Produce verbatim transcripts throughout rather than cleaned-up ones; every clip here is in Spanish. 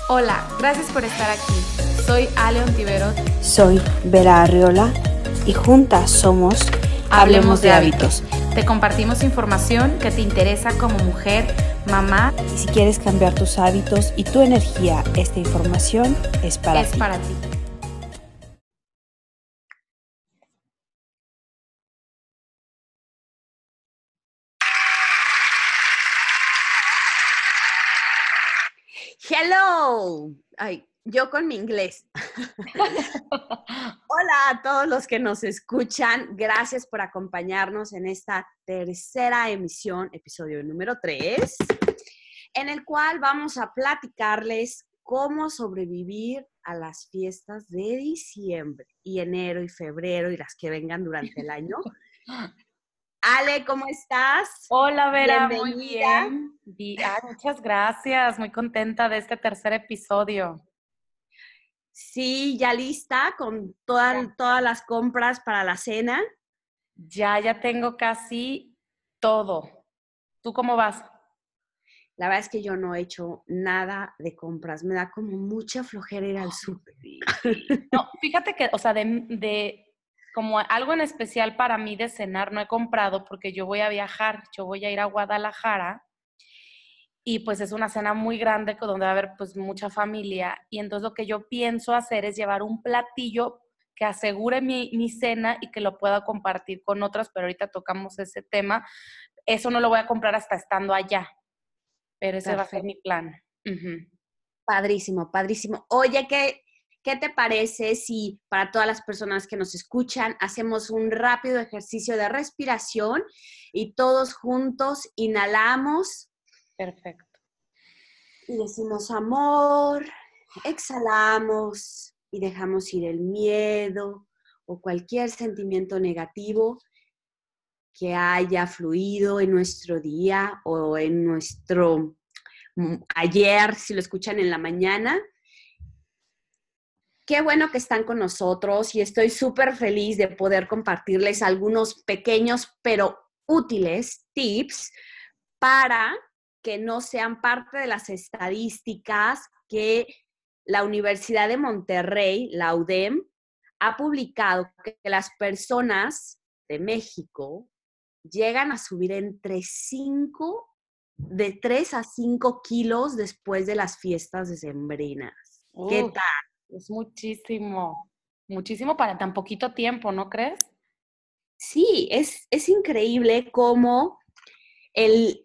Hola, gracias por estar aquí. Soy Ale Ontiveros. Soy Vera Arriola y juntas somos Hablemos, Hablemos de, de hábitos. hábitos. Te compartimos información que te interesa como mujer, mamá. Y si quieres cambiar tus hábitos y tu energía, esta información es para es ti. para ti. Hello. Ay, yo con mi inglés. Hola a todos los que nos escuchan. Gracias por acompañarnos en esta tercera emisión, episodio número tres, en el cual vamos a platicarles cómo sobrevivir a las fiestas de diciembre y enero y febrero y las que vengan durante el año. Ale, ¿cómo estás? Hola, Vera, bienvenida. Muy bien. Ay, muchas gracias, muy contenta de este tercer episodio. Sí, ya lista con toda, todas las compras para la cena. Ya, ya tengo casi todo. ¿Tú cómo vas? La verdad es que yo no he hecho nada de compras. Me da como mucha flojera ir al súper. No, fíjate que, o sea, de, de como algo en especial para mí de cenar no he comprado porque yo voy a viajar. Yo voy a ir a Guadalajara y pues es una cena muy grande donde va a haber pues mucha familia. Y entonces lo que yo pienso hacer es llevar un platillo que asegure mi, mi cena y que lo pueda compartir con otras, pero ahorita tocamos ese tema. Eso no lo voy a comprar hasta estando allá. Pero ese Perfecto. va a ser mi plan. Uh-huh. Padrísimo, padrísimo. Oye, ¿qué, ¿qué te parece si para todas las personas que nos escuchan hacemos un rápido ejercicio de respiración y todos juntos inhalamos? Perfecto. Y decimos amor, exhalamos y dejamos ir el miedo o cualquier sentimiento negativo que haya fluido en nuestro día o en nuestro ayer, si lo escuchan en la mañana. Qué bueno que están con nosotros y estoy súper feliz de poder compartirles algunos pequeños pero útiles tips para que no sean parte de las estadísticas que la Universidad de Monterrey, la U D E M, ha publicado que las personas de México llegan a subir entre cinco, de tres a cinco kilos después de las fiestas decembrinas. Uf, ¿Qué tal? Es muchísimo, muchísimo para tan poquito tiempo, ¿no crees? Sí, es, es increíble cómo el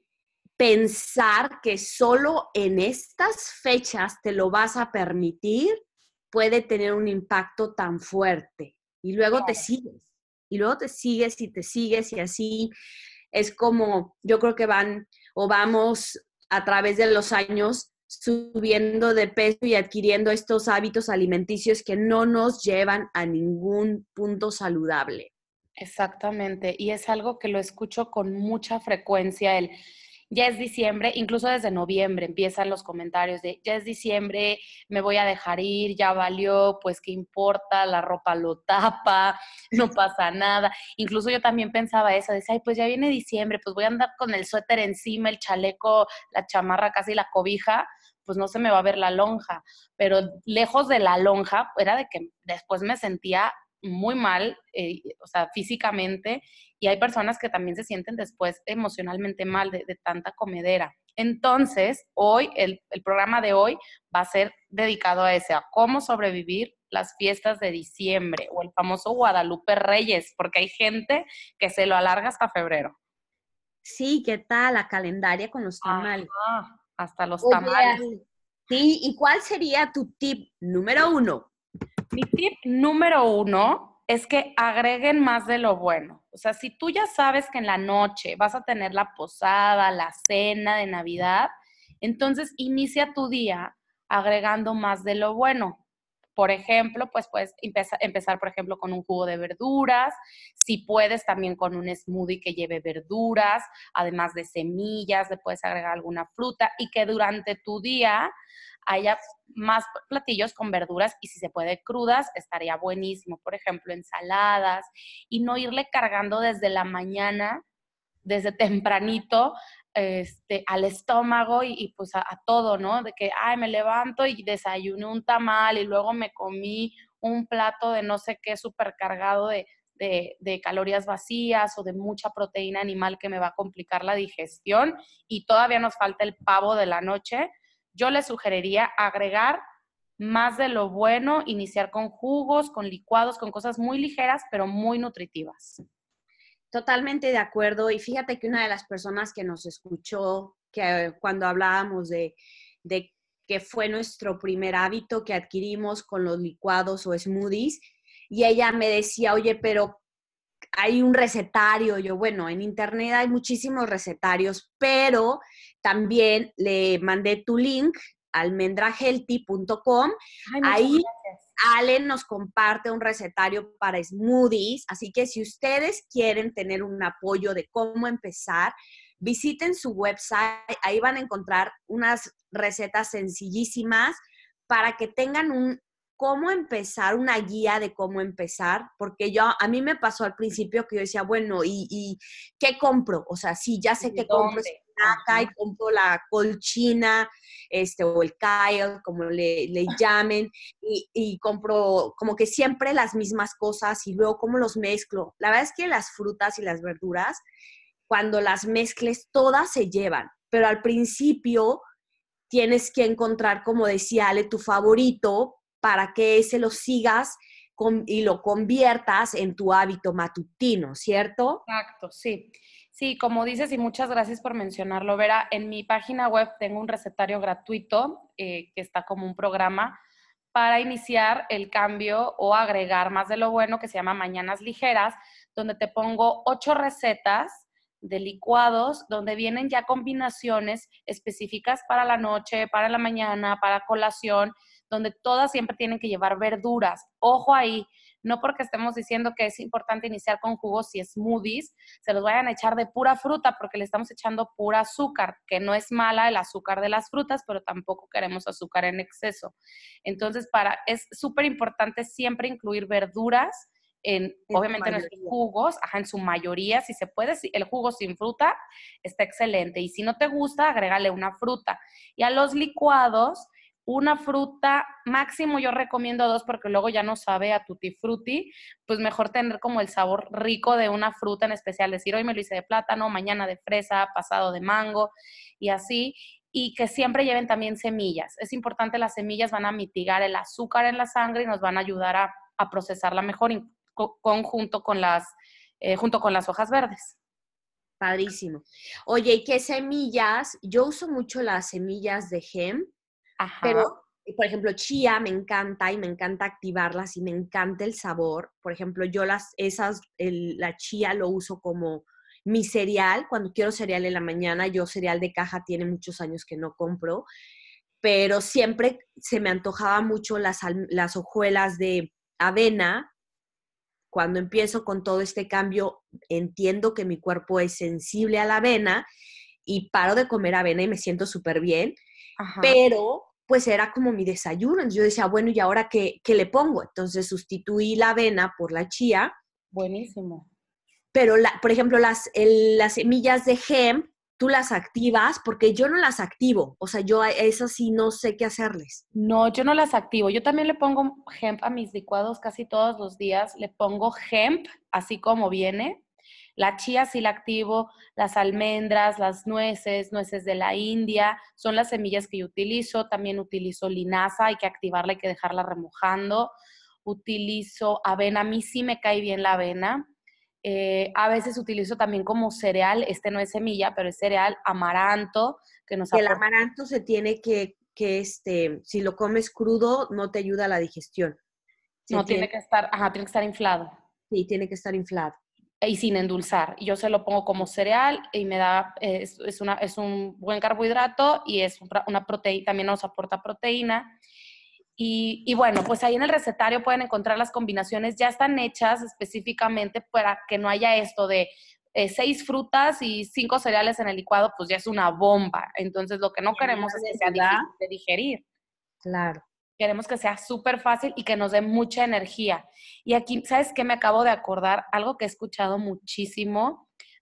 pensar que solo en estas fechas te lo vas a permitir puede tener un impacto tan fuerte. Y luego claro. te sigues, y luego te sigues y te sigues y así es como yo creo que van o vamos a través de los años subiendo de peso y adquiriendo estos hábitos alimenticios que no nos llevan a ningún punto saludable. Exactamente, y es algo que lo escucho con mucha frecuencia, el ya es diciembre, incluso desde noviembre empiezan los comentarios de ya es diciembre, me voy a dejar ir, ya valió, pues qué importa, la ropa lo tapa, no pasa nada. Incluso yo también pensaba eso, decía, ay, pues ya viene diciembre, pues voy a andar con el suéter encima, el chaleco, la chamarra, casi la cobija, pues no se me va a ver la lonja. Pero lejos de la lonja, era de que después me sentía muy mal, eh, o sea, físicamente, y hay personas que también se sienten después emocionalmente mal de, de tanta comedera. Entonces, hoy, el, el programa de hoy va a ser dedicado a ese, a cómo sobrevivir las fiestas de diciembre o el famoso Guadalupe Reyes, porque hay gente que se lo alarga hasta febrero. Sí, ¿qué tal la calendaria con los tamales? Ajá, hasta los Oye, tamales. Sí, ¿y cuál sería tu tip número uno? Mi tip número uno es que agreguen más de lo bueno. O sea, si tú ya sabes que en la noche vas a tener la posada, la cena de Navidad, entonces inicia tu día agregando más de lo bueno. Por ejemplo, pues puedes empezar, empezar, por ejemplo, con un jugo de verduras. Si puedes, también con un smoothie que lleve verduras, además de semillas, le puedes agregar alguna fruta y que durante tu día haya más platillos con verduras y si se puede crudas, estaría buenísimo. Por ejemplo, ensaladas y no irle cargando desde la mañana, desde tempranito, este, al estómago y, y pues a, a todo, ¿no? De que, ay, me levanto y desayuné un tamal y luego me comí un plato de no sé qué súper cargado de, de, de calorías vacías o de mucha proteína animal que me va a complicar la digestión y todavía nos falta el pavo de la noche. Yo les sugeriría agregar más de lo bueno, iniciar con jugos, con licuados, con cosas muy ligeras, pero muy nutritivas. Totalmente de acuerdo. Y fíjate que una de las personas que nos escuchó, que eh, cuando hablábamos de, de que fue nuestro primer hábito que adquirimos con los licuados o smoothies, y ella me decía, oye, pero hay un recetario. Yo, bueno, en internet hay muchísimos recetarios, pero también le mandé tu link, almendra healthy punto com. Ay, muchas Ahí gracias. Ale nos comparte un recetario para smoothies, así que si ustedes quieren tener un apoyo de cómo empezar, visiten su website, ahí van a encontrar unas recetas sencillísimas para que tengan un cómo empezar, una guía de cómo empezar, porque yo, a mí me pasó al principio que yo decía, bueno, ¿y, y qué compro? O sea, sí, ya sé ¿De que compro dónde? espinaca y Ajá. compro la colchina, este, o el kale, como le, le llamen, y, y compro como que siempre las mismas cosas y luego cómo los mezclo. La verdad es que las frutas y las verduras, cuando las mezcles, todas se llevan, pero al principio tienes que encontrar, como decía Ale, tu favorito para que ese lo sigas con, y lo conviertas en tu hábito matutino, ¿cierto? Exacto, sí. Sí, como dices, y muchas gracias por mencionarlo, Vera. En mi página web tengo un recetario gratuito eh, que está como un programa para iniciar el cambio o agregar más de lo bueno que se llama Mañanas Ligeras, donde te pongo ocho recetas de licuados, donde vienen ya combinaciones específicas para la noche, para la mañana, para colación, donde todas siempre tienen que llevar verduras. Ojo ahí, no porque estemos diciendo que es importante iniciar con jugos y smoothies, se los vayan a echar de pura fruta porque le estamos echando pura azúcar, que no es mala el azúcar de las frutas, pero tampoco queremos azúcar en exceso. Entonces, para, es súper importante siempre incluir verduras en, En tu obviamente, nuestros mayoría. jugos, ajá, en su mayoría, si se puede, si el jugo sin fruta está excelente. Y si no te gusta, agrégale una fruta. Y a los licuados, una fruta, máximo yo recomiendo dos porque luego ya no sabe a tutti frutti, pues mejor tener como el sabor rico de una fruta en especial, decir hoy me lo hice de plátano, mañana de fresa, pasado de mango y así, y que siempre lleven también semillas. Es importante, las semillas van a mitigar el azúcar en la sangre y nos van a ayudar a, a procesarla mejor en conjunto con las, eh, junto con las hojas verdes. Padrísimo. Oye, ¿y qué semillas? Yo uso mucho las semillas de hemp, Ajá. pero, por ejemplo, chía me encanta y me encanta activarlas y me encanta el sabor. Por ejemplo, yo las, esas, el, la chía lo uso como mi cereal. Cuando quiero cereal en la mañana, yo cereal de caja tiene muchos años que no compro, pero siempre se me antojaba mucho las, las hojuelas de avena. Cuando empiezo con todo este cambio, entiendo que mi cuerpo es sensible a la avena y paro de comer avena y me siento súper bien, Ajá. pero pues era como mi desayuno. Entonces yo decía, bueno, ¿y ahora qué, qué le pongo? Entonces sustituí la avena por la chía, Buenísimo. pero la, por ejemplo, las, el, las semillas de hemp, tú las activas porque yo no las activo. O sea, yo a esas sí no sé qué hacerles. No, yo no las activo. Yo también le pongo hemp a mis licuados casi todos los días. Le pongo hemp, así como viene. La chía sí la activo, las almendras, las nueces, nueces de la India, son las semillas que yo utilizo. También utilizo linaza, hay que activarla, hay que dejarla remojando. Utilizo avena, a mí sí me cae bien la avena. Eh, a veces utilizo también como cereal, este no es semilla, pero es cereal amaranto, que nos Que el aporta. amaranto se tiene que, que este, si lo comes crudo, no te ayuda a la digestión. Se No, tiene tiene, que estar, ajá, tiene que estar inflado. sí, tiene que estar inflado. Y sin endulzar. Yo se lo pongo como cereal y me da, es, es, una, es un buen carbohidrato y es una proteína, también nos aporta proteína. Y, y bueno, pues ahí en el recetario pueden encontrar las combinaciones, ya están hechas específicamente para que no haya esto de eh, seis frutas y cinco cereales en el licuado, pues ya es una bomba. Entonces lo que no queremos es que sea ¿Verdad? difícil de digerir. Claro. Queremos que sea súper fácil y que nos dé mucha energía. Y aquí, ¿sabes qué? Me acabo de acordar algo que he escuchado muchísimo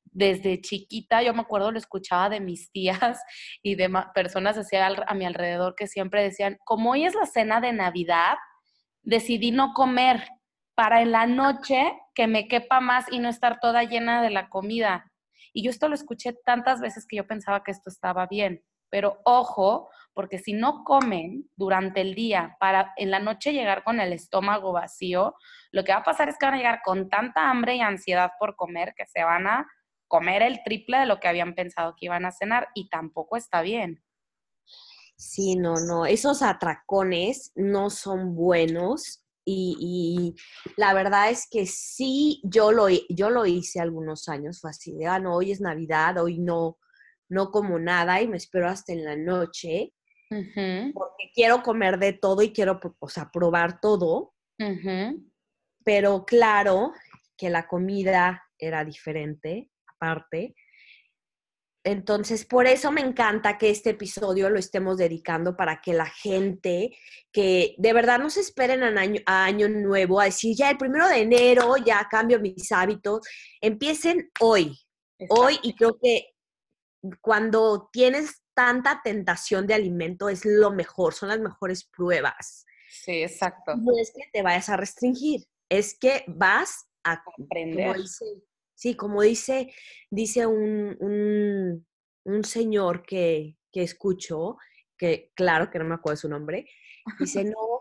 desde chiquita, yo me acuerdo, lo escuchaba de mis tías y de personas así a mi alrededor que siempre decían, como hoy es la cena de Navidad, decidí no comer para en la noche que me quepa más y no estar toda llena de la comida. Y yo esto lo escuché tantas veces que yo pensaba que esto estaba bien. Pero ojo, porque si no comen durante el día para en la noche llegar con el estómago vacío, lo que va a pasar es que van a llegar con tanta hambre y ansiedad por comer que se van a comer el triple de lo que habían pensado que iban a cenar y tampoco está bien. Sí, no, no, esos atracones no son buenos y, y la verdad es que sí, yo lo, yo lo hice algunos años, fue así de, ah, no, hoy es Navidad, hoy no, no como nada y me espero hasta en la noche Uh-huh. porque quiero comer de todo y quiero, o sea, probar todo, Uh-huh. pero claro que la comida era diferente, aparte. Entonces, por eso me encanta que este episodio lo estemos dedicando para que la gente que de verdad no se esperen a año, a año nuevo a decir, ya el primero de enero ya cambio mis hábitos, empiecen hoy, Exacto. hoy y creo que cuando tienes tanta tentación de alimento es lo mejor, son las mejores pruebas. Sí, exacto. No es que te vayas a restringir, es que vas a, como Aprender. dice, sí, como dice, dice un, un, un señor que, que escucho, que claro que no me acuerdo su nombre, dice, no,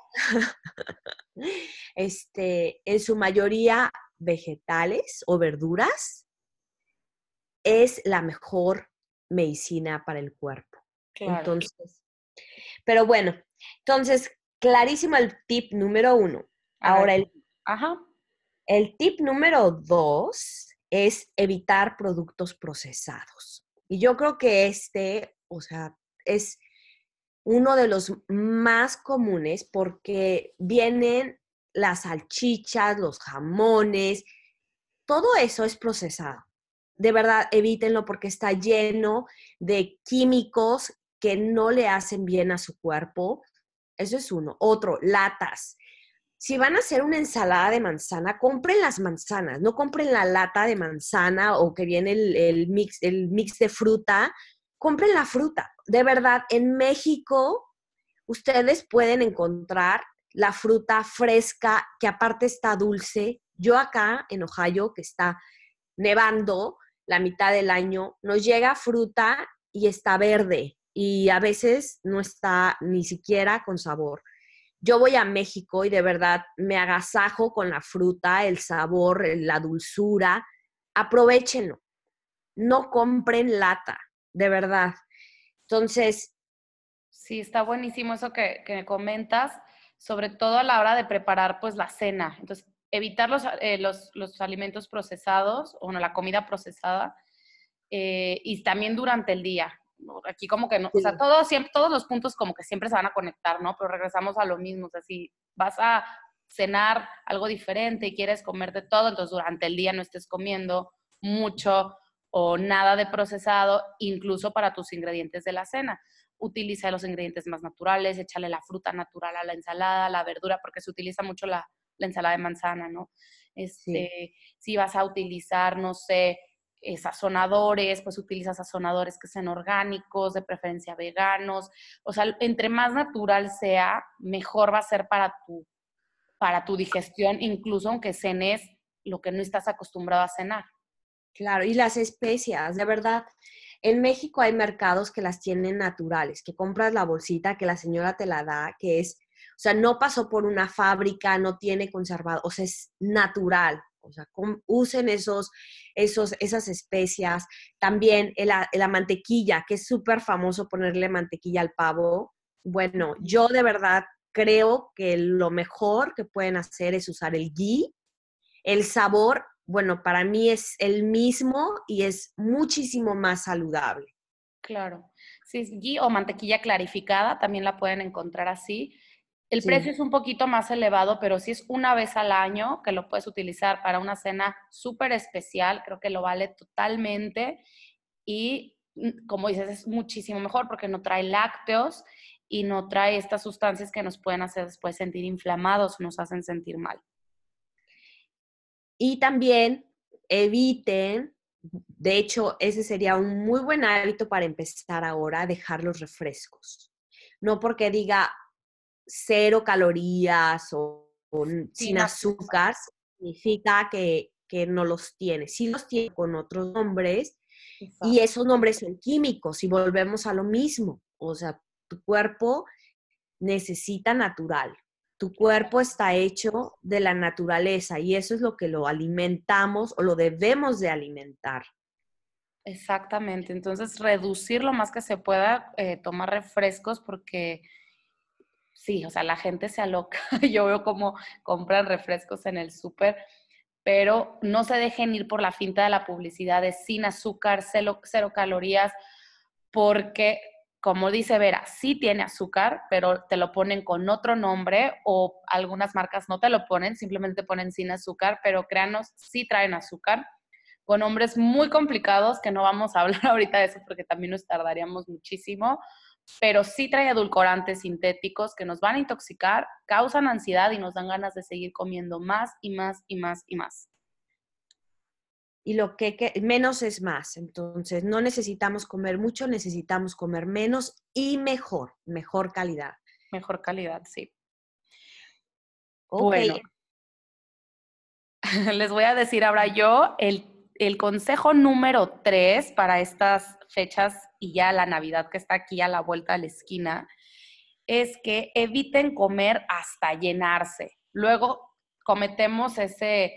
este, en su mayoría vegetales o verduras es la mejor medicina para el cuerpo. Claro. Entonces, pero bueno, entonces, clarísimo el tip número uno. A Ahora, ver. el, Ajá. el tip número dos es evitar productos procesados. Y yo creo que este, o sea, es uno de los más comunes porque vienen las salchichas, los jamones, todo eso es procesado. De verdad, evítenlo porque está lleno de químicos que no le hacen bien a su cuerpo. Eso es uno. Otro, latas. Si van a hacer una ensalada de manzana, compren las manzanas, no compren la lata de manzana o que viene el, el mix, el mix de fruta, compren la fruta. De verdad, en México ustedes pueden encontrar la fruta fresca, que aparte está dulce. Yo acá en Ohio, que está nevando la mitad del año, nos llega fruta y está verde y a veces no está ni siquiera con sabor. Yo voy a México y de verdad me agasajo con la fruta, el sabor, la dulzura. Aprovechenlo. No compren lata, de verdad. Entonces, Sí, está buenísimo eso que, que me comentas, sobre todo a la hora de preparar pues la cena. Entonces, evitar los, eh, los, los alimentos procesados, o bueno, la comida procesada, eh, y también durante el día. Aquí como que no, o sea, sí, todo, siempre, todos los puntos como que siempre se van a conectar, ¿no? Pero regresamos a lo mismo, o sea, si vas a cenar algo diferente y quieres comer de todo, entonces durante el día no estés comiendo mucho o nada de procesado, incluso para tus ingredientes de la cena. Utiliza los ingredientes más naturales, échale la fruta natural a la ensalada, la verdura, porque se utiliza mucho la, la ensalada de manzana, ¿no? sí. Este, si vas a utilizar, no sé, eh, sazonadores, pues utiliza sazonadores que sean orgánicos, de preferencia veganos. O sea, entre más natural sea, mejor va a ser para tu, para tu digestión, incluso aunque cenes lo que no estás acostumbrado a cenar. Claro, y las especias, de verdad. En México hay mercados que las tienen naturales, que compras la bolsita que la señora te la da, que es, o sea, no pasó por una fábrica, no tiene conservado, o sea, es natural. O sea, con, usen esos, esos, esas especias. También la, la mantequilla, que es súper famoso ponerle mantequilla al pavo. Bueno, yo de verdad creo que lo mejor que pueden hacer es usar el ghee. El sabor, bueno, para mí es el mismo y es muchísimo más saludable. Claro. Si es ghee o mantequilla clarificada, también la pueden encontrar así. El precio Sí, es un poquito más elevado, pero si es una vez al año que lo puedes utilizar para una cena súper especial, creo que lo vale totalmente. Y mm, como dices, es muchísimo mejor porque no trae lácteos y no trae estas sustancias que nos pueden hacer después sentir inflamados o nos hacen sentir mal. y también eviten De hecho, ese sería un muy buen hábito para empezar ahora a dejar los refrescos. No porque diga cero calorías o, o sin Sin azúcar. azúcar, significa que, que no los tiene. Sí los tiene con otros nombres y Exacto. esos nombres son químicos y volvemos a lo mismo. O sea, tu cuerpo necesita natural. Tu cuerpo está hecho de la naturaleza y eso es lo que lo alimentamos o lo debemos de alimentar. Exactamente. Entonces, reducir lo más que se pueda, eh, tomar refrescos porque sí, o sea, la gente se aloca. Yo veo cómo compran refrescos en el súper, pero no se dejen ir por la finta de la publicidad de sin azúcar, cero, cero calorías, porque, como dice Vera, sí tiene azúcar, pero te lo ponen con otro nombre o algunas marcas no te lo ponen, simplemente ponen sin azúcar, pero créanos, sí traen azúcar, con nombres muy complicados que no vamos a hablar ahorita de eso porque también nos tardaríamos muchísimo, pero sí trae edulcorantes sintéticos que nos van a intoxicar, causan ansiedad y nos dan ganas de seguir comiendo más y más y más y más. Y lo que, que menos es más. Entonces, no necesitamos comer mucho, necesitamos comer menos y mejor, mejor calidad. Mejor calidad, sí. Ok, Bueno, les voy a decir ahora yo el, el consejo número tres para estas fechas y ya la Navidad que está aquí a la vuelta de la esquina, es que eviten comer hasta llenarse. Luego cometemos ese,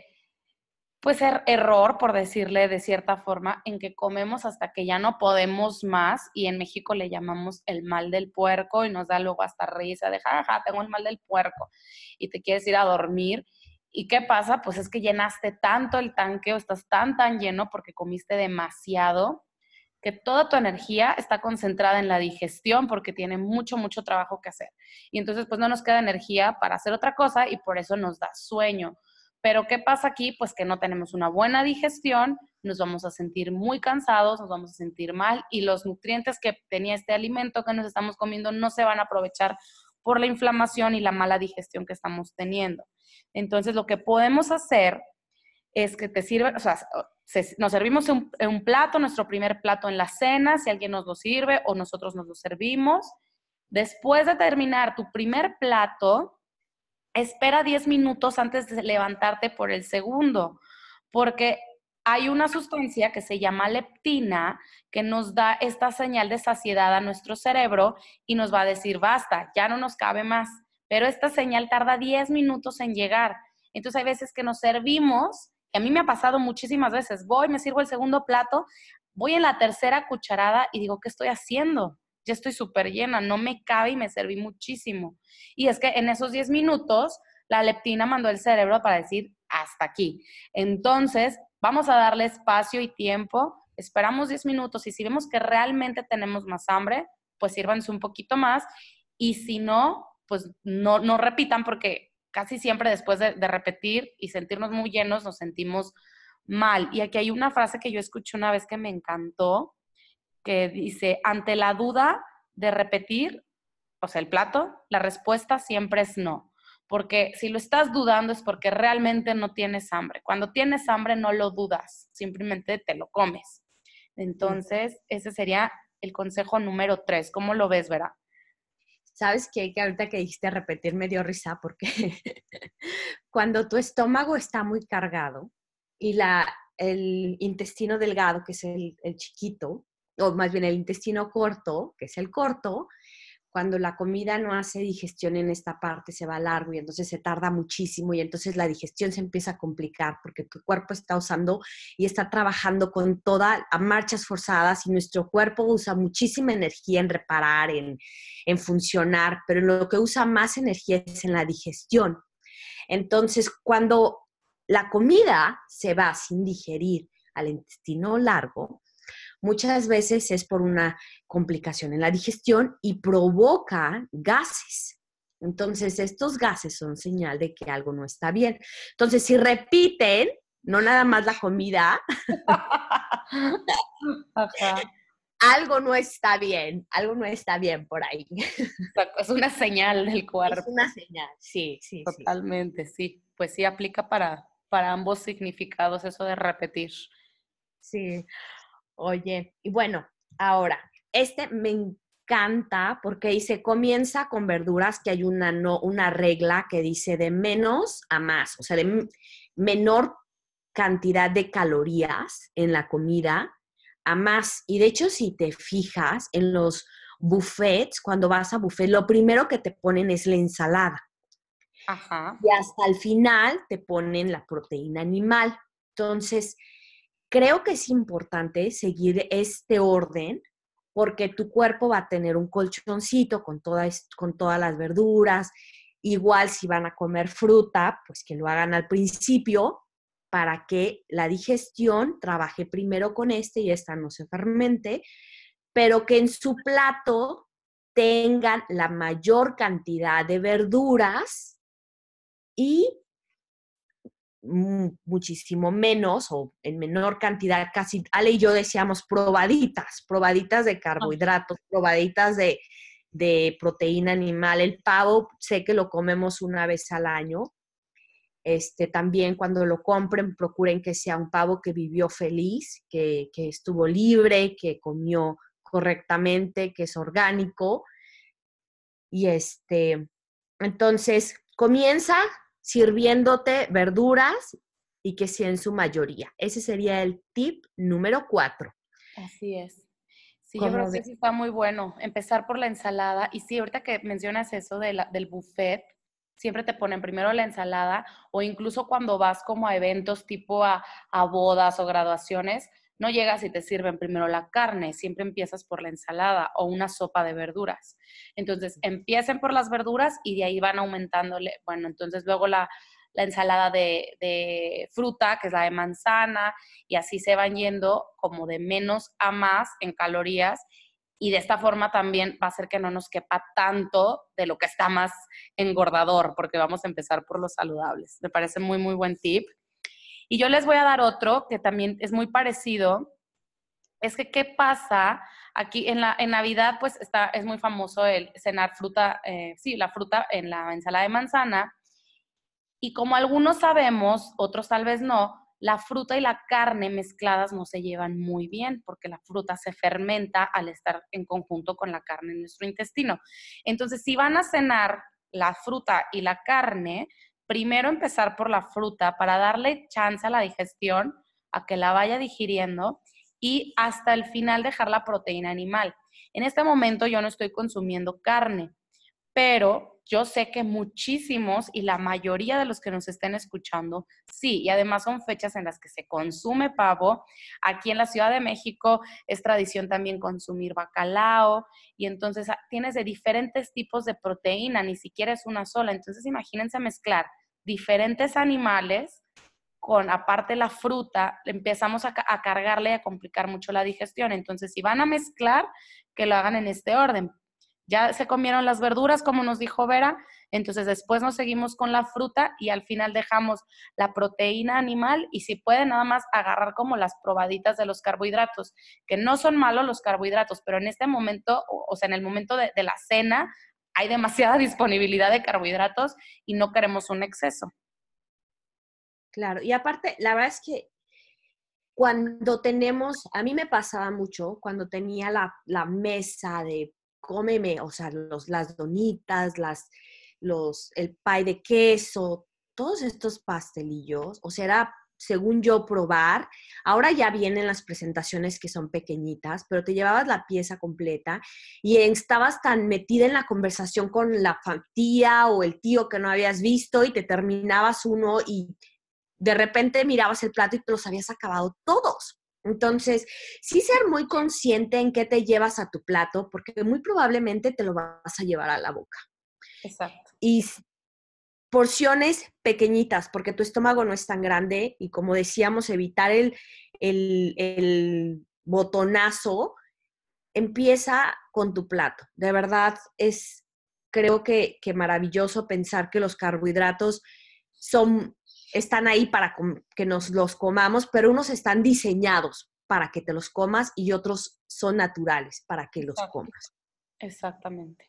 pues, er error, por decirle de cierta forma, en que comemos hasta que ya no podemos más y en México le llamamos el mal del puerco y nos da luego hasta risa de, jaja, tengo el mal del puerco y te quieres ir a dormir. ¿Y qué pasa? Pues es que llenaste tanto el tanque o estás tan, tan lleno porque comiste demasiado que toda tu energía está concentrada en la digestión porque tiene mucho, mucho trabajo que hacer. Y entonces, pues no nos queda energía para hacer otra cosa y por eso nos da sueño. Pero ¿qué pasa aquí? Pues que no tenemos una buena digestión, nos vamos a sentir muy cansados, nos vamos a sentir mal y los nutrientes que tenía este alimento que nos estamos comiendo no se van a aprovechar por la inflamación y la mala digestión que estamos teniendo. Entonces, lo que podemos hacer es que te sirve, o sea, se, nos servimos un, un plato, nuestro primer plato en la cena, si alguien nos lo sirve o nosotros nos lo servimos. Después de terminar tu primer plato, espera diez minutos antes de levantarte por el segundo, porque hay una sustancia que se llama leptina que nos da esta señal de saciedad a nuestro cerebro y nos va a decir, basta, ya no nos cabe más. Pero esta señal tarda diez minutos en llegar. Entonces hay veces que nos servimos, que a mí me ha pasado muchísimas veces, voy, me sirvo el segundo plato, voy en la tercera cucharada y digo, ¿qué estoy haciendo? Ya estoy súper llena, no me cabe y me serví muchísimo. Y es que en esos diez minutos, la leptina mandó el cerebro para decir, hasta aquí. Entonces, vamos a darle espacio y tiempo, esperamos diez minutos y si vemos que realmente tenemos más hambre, pues sírvanse un poquito más y si no, pues no, no repitan porque casi siempre después de, de repetir y sentirnos muy llenos nos sentimos mal. Y aquí hay una frase que yo escuché una vez que me encantó, que dice, ante la duda de repetir, o sea, el plato, la respuesta siempre es no. Porque si lo estás dudando es porque realmente no tienes hambre. Cuando tienes hambre no lo dudas, simplemente te lo comes. Entonces, ese sería el consejo número tres. ¿Cómo lo ves, Vera? ¿Sabes qué? Que ahorita que dijiste repetir me dio risa porque cuando tu estómago está muy cargado y la, el intestino delgado, que es el, el chiquito, o más bien el intestino corto, que es el corto, cuando la comida no hace digestión en esta parte, se va largo y entonces se tarda muchísimo y entonces la digestión se empieza a complicar porque tu cuerpo está usando y está trabajando con todas a marchas forzadas y nuestro cuerpo usa muchísima energía en reparar, en, en funcionar, pero lo que usa más energía es en la digestión. Entonces, cuando la comida se va sin digerir al intestino largo, muchas veces es por una complicación en la digestión y provoca gases. Entonces, estos gases son señal de que algo no está bien. Entonces, si repiten, no nada más la comida, Ajá. algo no está bien, algo no está bien por ahí. Es una señal del Es cuerpo. una señal, sí, sí, sí. Totalmente, sí. Pues sí aplica para, para ambos significados eso de repetir. Sí. Oye, y bueno, ahora, este me encanta porque dice, comienza con verduras, que hay una, no, una regla que dice de menos a más, o sea, de m- menor cantidad de calorías en la comida a más. Y de hecho, si te fijas en los buffets, cuando vas a buffet, lo primero que te ponen es la ensalada. Ajá. Y hasta el final te ponen la proteína animal. Entonces, creo que es importante seguir este orden porque tu cuerpo va a tener un colchoncito con, toda, con todas las verduras. Igual si van a comer fruta, pues que lo hagan al principio para que la digestión trabaje primero con este y esta no se fermente, pero que en su plato tengan la mayor cantidad de verduras y muchísimo menos o en menor cantidad, casi Ale y yo decíamos probaditas, probaditas de carbohidratos, probaditas de, de proteína animal. El pavo sé que lo comemos una vez al año. Este, también cuando lo compren, procuren que sea un pavo que vivió feliz, que, que estuvo libre, que comió correctamente, que es orgánico. Y este, entonces comienza sirviéndote verduras y que sea en su mayoría. Ese sería el tip número cuatro. Así es. Sí, yo creo Como que de, sí está muy bueno empezar por la ensalada. Y sí, ahorita que mencionas eso de la- del buffet, siempre te ponen primero la ensalada o incluso cuando vas como a eventos tipo a, a bodas o graduaciones, no llegas y te sirven primero la carne, siempre empiezas por la ensalada o una sopa de verduras. Entonces, empiecen por las verduras y de ahí van aumentándole. Bueno, entonces luego la, la ensalada de, de fruta, que es la de manzana, y así se van yendo como de menos a más en calorías y de esta forma también va a hacer que no nos quepa tanto de lo que está más engordador, porque vamos a empezar por los saludables. Me parece muy, muy buen tip. Y yo les voy a dar otro que también es muy parecido. Es que, ¿qué pasa? Aquí en, la, en Navidad, pues está, es muy famoso el cenar fruta, eh, sí, la fruta en la ensalada de manzana, y como algunos sabemos, otros tal vez no, la fruta y la carne mezcladas no se llevan muy bien porque la fruta se fermenta al estar en conjunto con la carne en nuestro intestino. Entonces, si van a cenar la fruta y la carne, primero empezar por la fruta para darle chance a la digestión, a que la vaya digiriendo y hasta el final dejar la proteína animal. En este momento yo no estoy consumiendo carne, pero yo sé que muchísimos y la mayoría de los que nos estén escuchando, sí, y además son fechas en las que se consume pavo. Aquí en la Ciudad de México es tradición también consumir bacalao y entonces tienes de diferentes tipos de proteína, ni siquiera es una sola. Entonces imagínense mezclar diferentes animales con aparte la fruta, empezamos a, a cargarle y a complicar mucho la digestión. Entonces, si van a mezclar, que lo hagan en este orden. Ya se comieron las verduras, como nos dijo Vera, entonces después nos seguimos con la fruta y al final dejamos la proteína animal y si pueden nada más agarrar como las probaditas de los carbohidratos, que no son malos los carbohidratos, pero en este momento, o, o sea, en el momento de, de la cena, hay demasiada disponibilidad de carbohidratos y no queremos un exceso. claro, y aparte, la verdad es que cuando tenemos, a mí me pasaba mucho cuando tenía la, la mesa de cómeme, o sea, los, las donitas, las, los, el pie de queso, todos estos pastelillos, o sea, era, según yo, probar. Ahora ya vienen las presentaciones que son pequeñitas, pero te llevabas la pieza completa y estabas tan metida en la conversación con la tía o el tío que no habías visto y te terminabas uno y de repente mirabas el plato y te los habías acabado todos. Entonces, sí ser muy consciente en qué te llevas a tu plato, porque muy probablemente te lo vas a llevar a la boca. Exacto. Y porciones pequeñitas, porque tu estómago no es tan grande y como decíamos, evitar el, el, el botonazo, empieza con tu plato. De verdad, es, creo que, que maravilloso pensar que los carbohidratos son, están ahí para que nos los comamos, pero unos están diseñados para que te los comas y otros son naturales para que los Exacto. comas. Exactamente.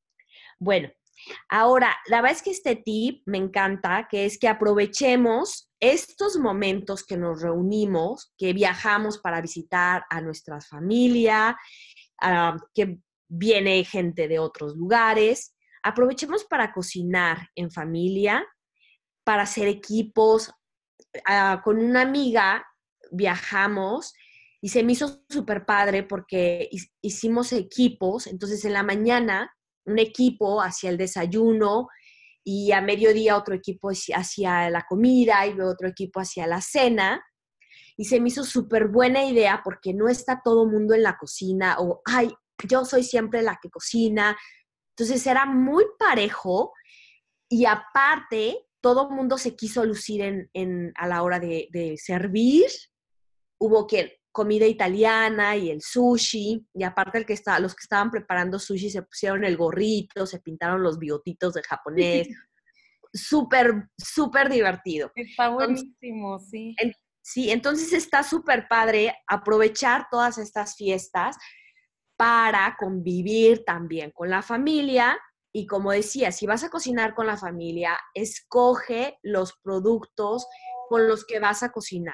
Bueno, ahora, la verdad es que este tip me encanta, que es que aprovechemos estos momentos que nos reunimos, que viajamos para visitar a nuestra familia, uh, que viene gente de otros lugares, aprovechemos para cocinar en familia, para hacer equipos. Uh, con una amiga viajamos y se me hizo súper padre porque hicimos equipos. Entonces, en la mañana, un equipo hacia el desayuno y a mediodía otro equipo hacia la comida y luego otro equipo hacia la cena. Y se me hizo súper buena idea porque no está todo el mundo en la cocina o, ay, yo soy siempre la que cocina. Entonces, era muy parejo y aparte, todo el mundo se quiso lucir en, en, a la hora de, de servir. Hubo que comida italiana y el sushi, y aparte el que estaba, los que estaban preparando sushi se pusieron el gorrito, se pintaron los bigotitos de japonés. Súper, súper divertido. Está buenísimo, entonces, sí. En, sí, entonces está súper padre aprovechar todas estas fiestas para convivir también con la familia. Y como decía, si vas a cocinar con la familia, escoge los productos con los que vas a cocinar,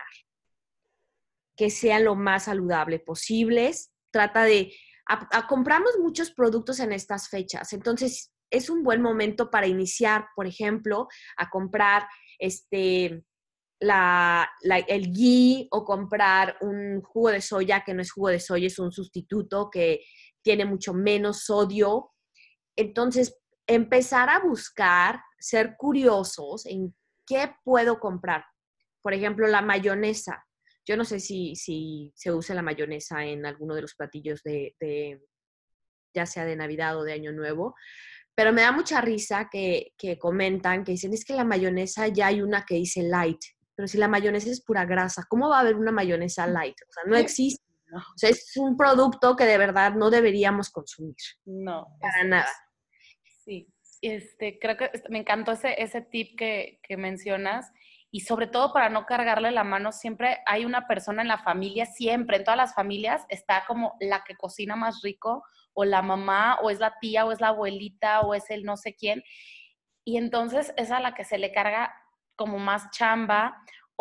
que sean lo más saludable posibles. Trata de, a, a, compramos muchos productos en estas fechas, entonces es un buen momento para iniciar, por ejemplo, a comprar este, la, la, el ghee o comprar un jugo de soya, que no es jugo de soya, es un sustituto que tiene mucho menos sodio. Entonces, empezar a buscar, ser curiosos en qué puedo comprar. Por ejemplo, la mayonesa. Yo no sé si, si se usa la mayonesa en alguno de los platillos de, de, ya sea de Navidad o de Año Nuevo, pero me da mucha risa que, que comentan, que dicen, es que la mayonesa ya hay una que dice light, pero si la mayonesa es pura grasa, ¿cómo va a haber una mayonesa light? O sea, no existe. O sea, es un producto que de verdad no deberíamos consumir. No. Para es, nada. Sí, este, creo que me encantó ese, ese tip que, que mencionas, y sobre todo para no cargarle la mano, siempre hay una persona en la familia, siempre, en todas las familias, está como la que cocina más rico, o la mamá, o es la tía, o es la abuelita, o es el no sé quién, y entonces es a la que se le carga como más chamba.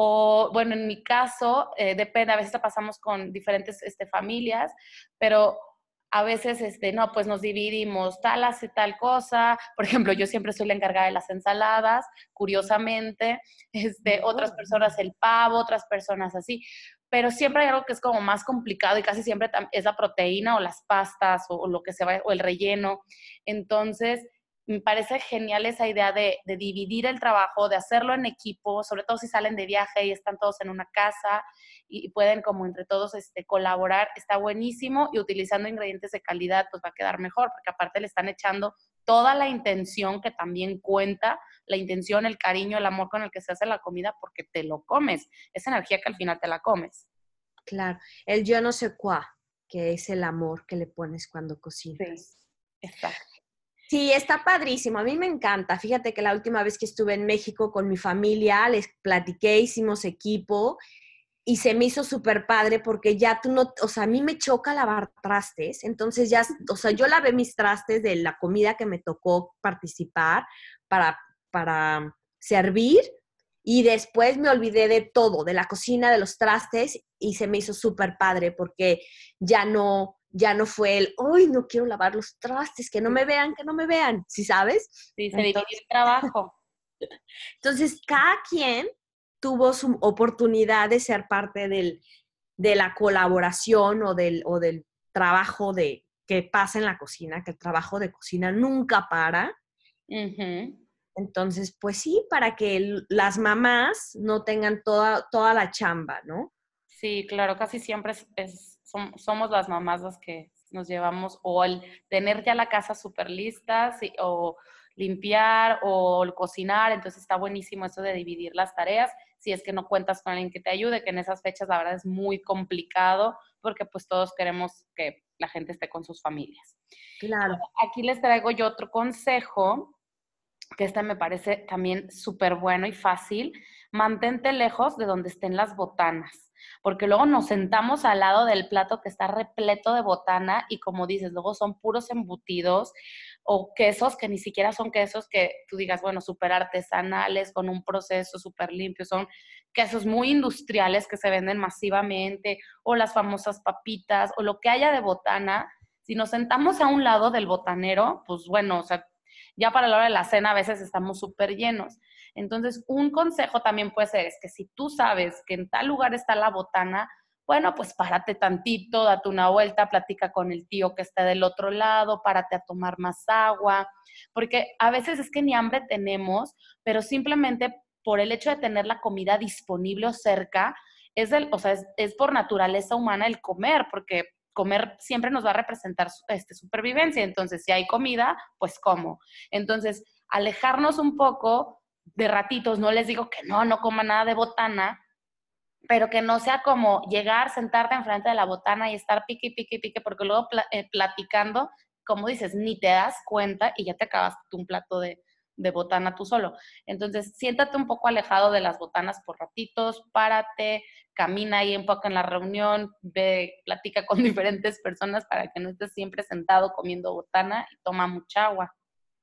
O bueno, en mi caso, eh, depende, a veces pasamos con diferentes este, familias, pero a veces, este, no, pues nos dividimos, tal hace tal cosa. Por ejemplo, yo siempre soy la encargada de las ensaladas, curiosamente, este, oh. otras personas el pavo, otras personas así. Pero siempre hay algo que es como más complicado y casi siempre es la proteína o las pastas o, o lo que se va, o el relleno. Entonces, me parece genial esa idea de, de dividir el trabajo, de hacerlo en equipo, sobre todo si salen de viaje y están todos en una casa y, y pueden como entre todos este, colaborar. Está buenísimo, y utilizando ingredientes de calidad pues va a quedar mejor, porque aparte le están echando toda la intención, que también cuenta, la intención, el cariño, el amor con el que se hace la comida, porque te lo comes, esa energía que al final te la comes. Claro, el yo no sé cuá, que es el amor que le pones cuando cocinas. Sí, exacto. Sí, está padrísimo. A mí me encanta. Fíjate que la última vez que estuve en México con mi familia, les platiqué, hicimos equipo y se me hizo súper padre porque ya tú no, o sea, a mí me choca lavar trastes. Entonces ya, o sea, yo lavé mis trastes de la comida que me tocó participar para, para servir, y después me olvidé de todo, de la cocina, de los trastes, y se me hizo súper padre porque ya no... ya no fue el, ¡ay, no quiero lavar los trastes! Que no me vean, que no me vean, ¿sí sabes? Sí, se dividió el trabajo. Entonces, cada quien tuvo su oportunidad de ser parte del, de la colaboración o del, o del trabajo de, que pasa en la cocina, que el trabajo de cocina nunca para. Uh-huh. Entonces, pues sí, para que el, las mamás no tengan toda, toda la chamba, ¿no? Sí, claro, casi siempre es, es, som, somos las mamás las que nos llevamos, o el tener ya la casa súper lista, sí, o limpiar, o cocinar. Entonces está buenísimo eso de dividir las tareas, si es que no cuentas con alguien que te ayude, que en esas fechas la verdad es muy complicado, porque pues todos queremos que la gente esté con sus familias. Claro. Aquí les traigo yo otro consejo, que este me parece también súper bueno y fácil. Mantente lejos de donde estén las botanas. porque luego nos sentamos al lado del plato que está repleto de botana y como dices, luego son puros embutidos o quesos que ni siquiera son quesos que tú digas, bueno, súper artesanales, con un proceso súper limpio, son quesos muy industriales que se venden masivamente, o las famosas papitas, o lo que haya de botana. Si nos sentamos a un lado del botanero, pues bueno, o sea, ya para la hora de la cena a veces estamos súper llenos. Entonces, un consejo también puede ser, es que si tú sabes que en tal lugar está la botana, bueno, pues párate tantito, date una vuelta, platica con el tío que está del otro lado, párate a tomar más agua, porque a veces es que ni hambre tenemos, pero simplemente por el hecho de tener la comida disponible o cerca, es, el, o sea, es, es por naturaleza humana el comer, porque comer siempre nos va a representar este, supervivencia. Entonces, si hay comida, pues como. Entonces, alejarnos un poco de ratitos, no les digo que no, no coma nada de botana, pero que no sea como llegar, sentarte enfrente de la botana y estar pique, pique, pique, porque luego pl eh, platicando, como dices, ni te das cuenta y ya te acabaste un plato de, de botana tú solo. Entonces, siéntate un poco alejado de las botanas por ratitos, párate, camina ahí un poco en la reunión, ve, platica con diferentes personas para que no estés siempre sentado comiendo botana y toma mucha agua.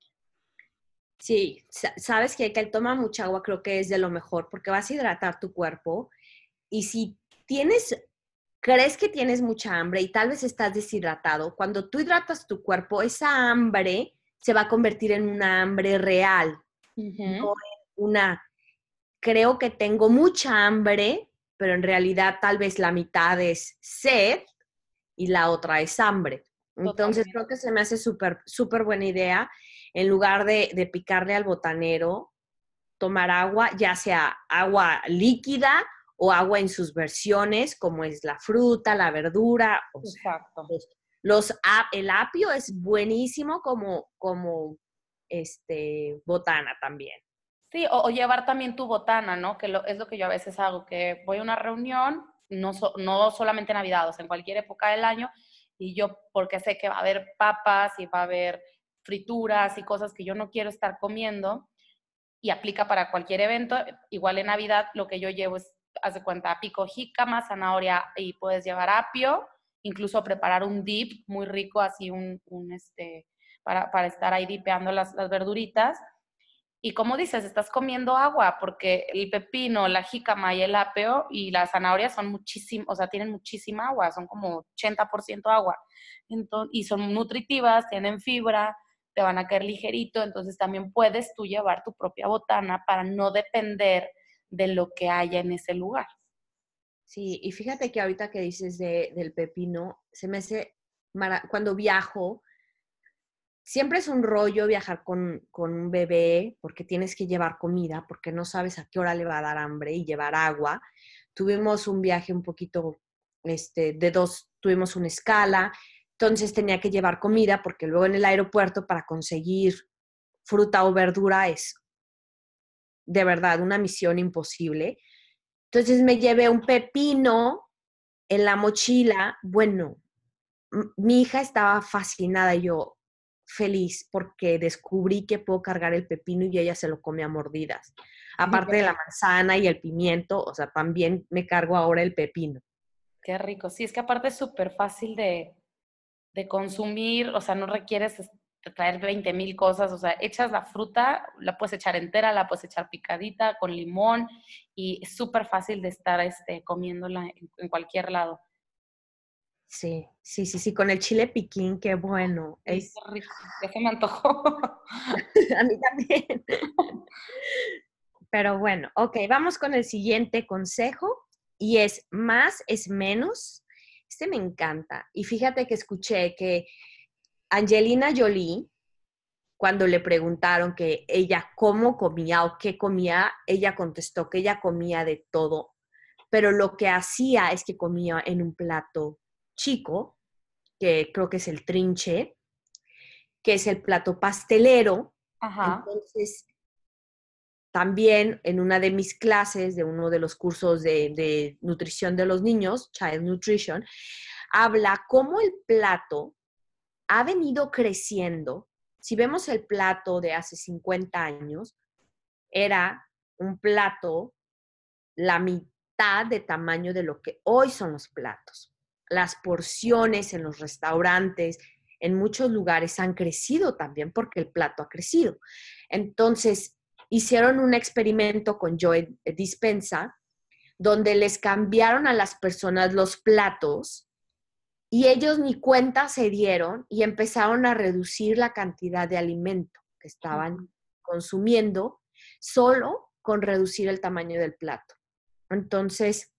Sí, sabes que el toma mucha agua creo que es de lo mejor porque vas a hidratar tu cuerpo y si tienes, crees que tienes mucha hambre y tal vez estás deshidratado, cuando tú hidratas tu cuerpo, esa hambre se va a convertir en una hambre real, Uh-huh. no en una, creo que tengo mucha hambre, pero en realidad tal vez la mitad es sed y la otra es hambre. Entonces Totalmente. creo que se me hace súper, súper buena idea, en lugar de, de picarle al botanero, tomar agua, ya sea agua líquida o agua en sus versiones, como es la fruta, la verdura. O sea, Exacto. los, los, el apio es buenísimo como, como este, botana también. Sí, o, o llevar también tu botana, ¿no? Que lo, es lo que yo a veces hago, que voy a una reunión, no, so, no solamente en Navidad, o sea, en cualquier época del año, y yo, porque sé que va a haber papas y va a haber frituras y cosas que yo no quiero estar comiendo, y aplica para cualquier evento. Igual en Navidad lo que yo llevo es, haz de cuenta, pico jícama, zanahoria y puedes llevar apio, incluso preparar un dip muy rico, así un, un este, para, para estar ahí dipeando las, las verduritas. Y como dices, estás comiendo agua, porque el pepino, la jícama y el apio y la zanahoria son muchísimo, o sea, tienen muchísima agua, son como ochenta por ciento agua. Entonces, y son nutritivas, tienen fibra, te van a caer ligerito, entonces también puedes tú llevar tu propia botana para no depender de lo que haya en ese lugar. Sí, y fíjate que ahorita que dices de, del pepino, se me hace, cuando viajo, siempre es un rollo viajar con, con un bebé porque tienes que llevar comida, porque no sabes a qué hora le va a dar hambre y llevar agua. Tuvimos un viaje un poquito este, de dos, tuvimos una escala, entonces tenía que llevar comida porque luego en el aeropuerto para conseguir fruta o verdura es de verdad una misión imposible. Entonces me llevé un pepino en la mochila. Bueno, mi hija estaba fascinada y yo feliz porque descubrí que puedo cargar el pepino y ella se lo come a mordidas. Aparte de la manzana y el pimiento, o sea, también me cargo ahora el pepino. Qué rico. Sí, es que aparte es súper fácil de, de consumir, o sea, no requieres traer veinte mil cosas, o sea, echas la fruta, la puedes echar entera, la puedes echar picadita, con limón, y es súper fácil de estar este, comiéndola en, en cualquier lado. Sí, sí, sí, sí, con el chile piquín, qué bueno. Sí, Es... qué rico, ya se me antojó. A mí también. Pero bueno, ok, vamos con el siguiente consejo y es más es menos. Este me encanta. Y fíjate que escuché que Angelina Jolie, cuando le preguntaron que ella cómo comía o qué comía, ella contestó que ella comía de todo, pero lo que hacía es que comía en un plato chico, que creo que es el trinche, que es el plato pastelero. Ajá. Entonces, también en una de mis clases, de uno de los cursos de, de nutrición de los niños, Child Nutrition, habla cómo el plato ha venido creciendo. Si vemos el plato de hace cincuenta años, era un plato, la mitad mitad de tamaño de lo que hoy son los platos. Las porciones en los restaurantes, en muchos lugares han crecido también porque el plato ha crecido. Entonces, hicieron un experimento con Joe Dispenza, donde les cambiaron a las personas los platos y ellos ni cuenta se dieron y empezaron a reducir la cantidad de alimento que estaban uh-huh. consumiendo solo con reducir el tamaño del plato. Entonces,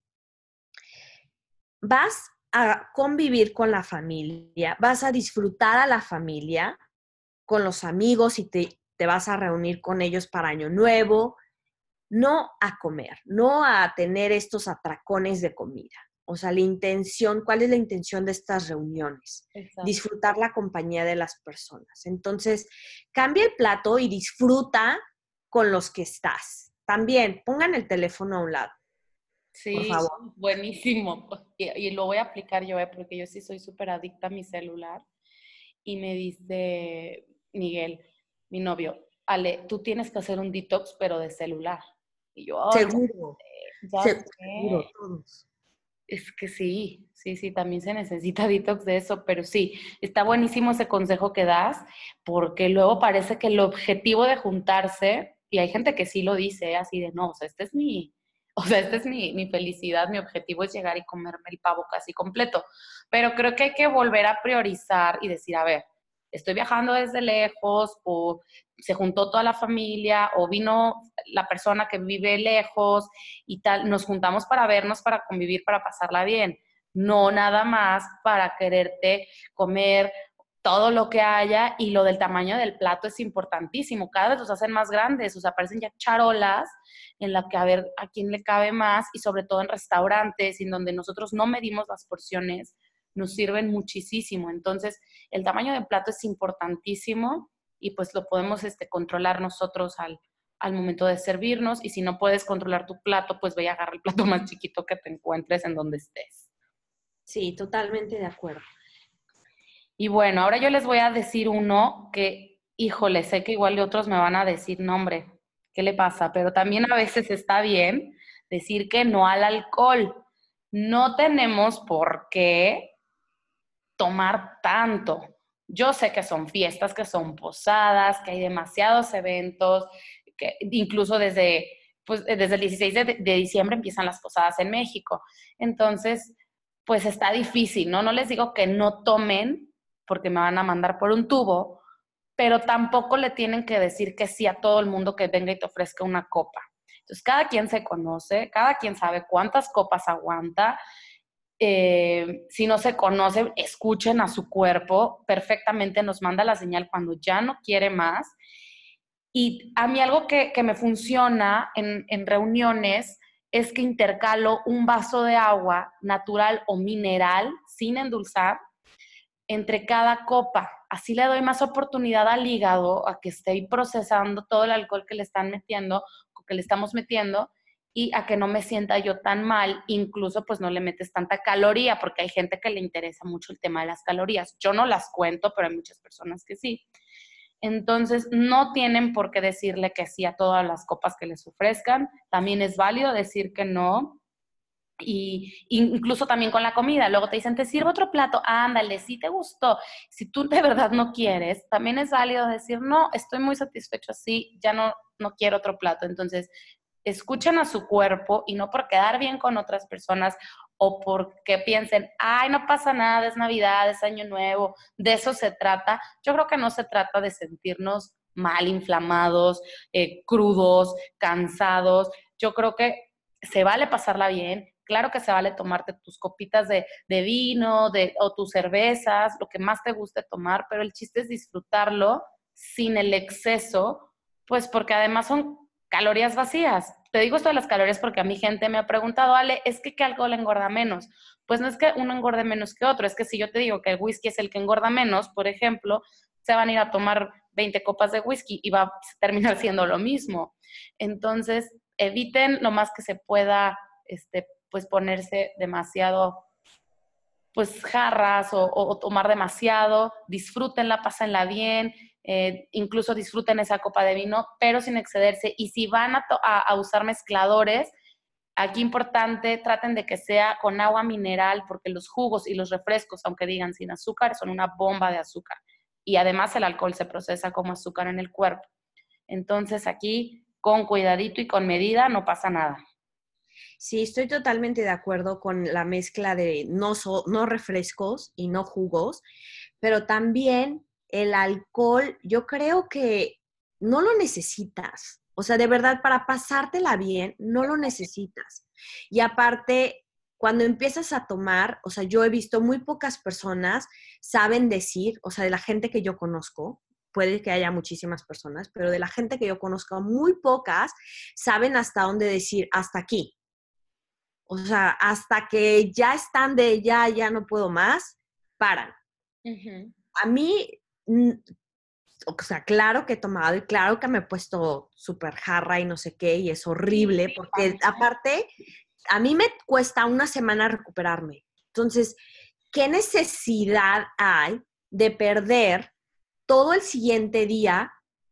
vas a convivir con la familia, vas a disfrutar a la familia, con los amigos y te, te vas a reunir con ellos para Año Nuevo, no a comer, no a tener estos atracones de comida. O sea, la intención, ¿cuál es la intención de estas reuniones? Exacto. Disfrutar la compañía de las personas. Entonces, cambia el plato y disfruta con los que estás. También, pongan el teléfono a un lado. Sí, por favor. Buenísimo. Y, y lo voy a aplicar yo, ¿eh? Porque yo sí soy súper adicta a mi celular. Y me dice Miguel, mi novio, Ale, tú tienes que hacer un detox, pero de celular. Y yo, oh, seguro, ya sé, seguro, todos. Es que sí, sí, sí, también se necesita detox de eso, pero sí, está buenísimo ese consejo que das, porque luego parece que el objetivo de juntarse, y hay gente que sí lo dice así de, no, o sea, este es mi, o sea, esta es mi, mi felicidad, mi objetivo es llegar y comerme el pavo casi completo, pero creo que hay que volver a priorizar y decir, a ver, estoy viajando desde lejos, o se juntó toda la familia, o vino la persona que vive lejos y tal, nos juntamos para vernos, para convivir, para pasarla bien, no nada más para quererte comer todo lo que haya, y lo del tamaño del plato es importantísimo, cada vez los hacen más grandes, o sea, aparecen ya charolas en la que a ver a quién le cabe más, y sobre todo en restaurantes, en donde nosotros no medimos las porciones, nos sirven muchísimo. Entonces, el tamaño del plato es importantísimo y pues lo podemos este, controlar nosotros al, al momento de servirnos, y si no puedes controlar tu plato, pues ve y agarra el plato más chiquito que te encuentres en donde estés. Sí, totalmente de acuerdo. Y bueno, ahora yo les voy a decir uno que, híjole, sé que igual de otros me van a decir, no hombre, ¿qué le pasa? Pero también a veces está bien decir que no al alcohol. No tenemos por qué tomar tanto. Yo sé que son fiestas, que son posadas, que hay demasiados eventos, que incluso desde, pues, desde el dieciséis de, de diciembre empiezan las posadas en México. Entonces, pues está difícil, ¿no? No les digo que no tomen porque me van a mandar por un tubo, pero tampoco le tienen que decir que sí a todo el mundo que venga y te ofrezca una copa. Entonces, cada quien se conoce, cada quien sabe cuántas copas aguanta. Eh, si no se conoce, escuchen a su cuerpo, perfectamente nos manda la señal cuando ya no quiere más. Y a mí algo que, que me funciona en, en reuniones es que intercalo un vaso de agua natural o mineral, sin endulzar, entre cada copa. Así le doy más oportunidad al hígado a que esté procesando todo el alcohol que le están metiendo, que le estamos metiendo, y a que no me sienta yo tan mal, incluso pues no le metes tanta caloría, porque hay gente que le interesa mucho el tema de las calorías. Yo no las cuento, pero hay muchas personas que sí. Entonces, no tienen por qué decirle que sí a todas las copas que les ofrezcan. También es válido decir que no. Y incluso también con la comida. Luego te dicen, te sirvo otro plato. Ándale, si te gustó. Si tú de verdad no quieres, también es válido decir, no, estoy muy satisfecho así, ya no, no quiero otro plato. Entonces, escuchen a su cuerpo, y no por quedar bien con otras personas o porque piensen, ay, no pasa nada, es Navidad, es Año Nuevo, de eso se trata. Yo creo que no se trata de sentirnos mal, inflamados, eh, crudos, cansados. Yo creo que se vale pasarla bien. Claro que se vale tomarte tus copitas de, de vino de, o tus cervezas, lo que más te guste tomar, pero el chiste es disfrutarlo sin el exceso, pues porque además son calorías vacías. Te digo esto de las calorías porque a mi gente me ha preguntado, Ale, ¿es que qué alcohol engorda menos? Pues no es que uno engorde menos que otro, es que si yo te digo que el whisky es el que engorda menos, por ejemplo, se van a ir a tomar veinte copas de whisky y va a terminar siendo lo mismo. Entonces, eviten lo más que se pueda, este, pues ponerse demasiado, pues jarras o, o, o tomar demasiado, disfrútenla, pásenla bien, eh, incluso disfruten esa copa de vino, pero sin excederse. Y si van a, to- a, a usar mezcladores, Aquí importante, traten de que sea con agua mineral, porque los jugos y los refrescos, aunque digan sin azúcar, son una bomba de azúcar. Y además el alcohol se procesa como azúcar en el cuerpo. Entonces aquí, con cuidadito y con medida, no pasa nada. Sí, estoy totalmente de acuerdo con la mezcla de no, so, no refrescos y no jugos, pero también el alcohol, yo creo que no lo necesitas. O sea, de verdad, para pasártela bien, no lo necesitas. Y aparte, cuando empiezas a tomar, o sea, yo he visto muy pocas personas saben decir, o sea, de la gente que yo conozco, puede que haya muchísimas personas, pero de la gente que yo conozco, muy pocas saben hasta dónde decir, hasta aquí. O sea, hasta que ya están de ya, ya no puedo más, paran. Uh-huh. A mí, o sea, claro que he tomado y claro que me he puesto súper jarra y no sé qué, y es horrible, Sí, porque aparte, a mí me cuesta una semana recuperarme. Entonces, ¿qué necesidad hay de perder todo el siguiente día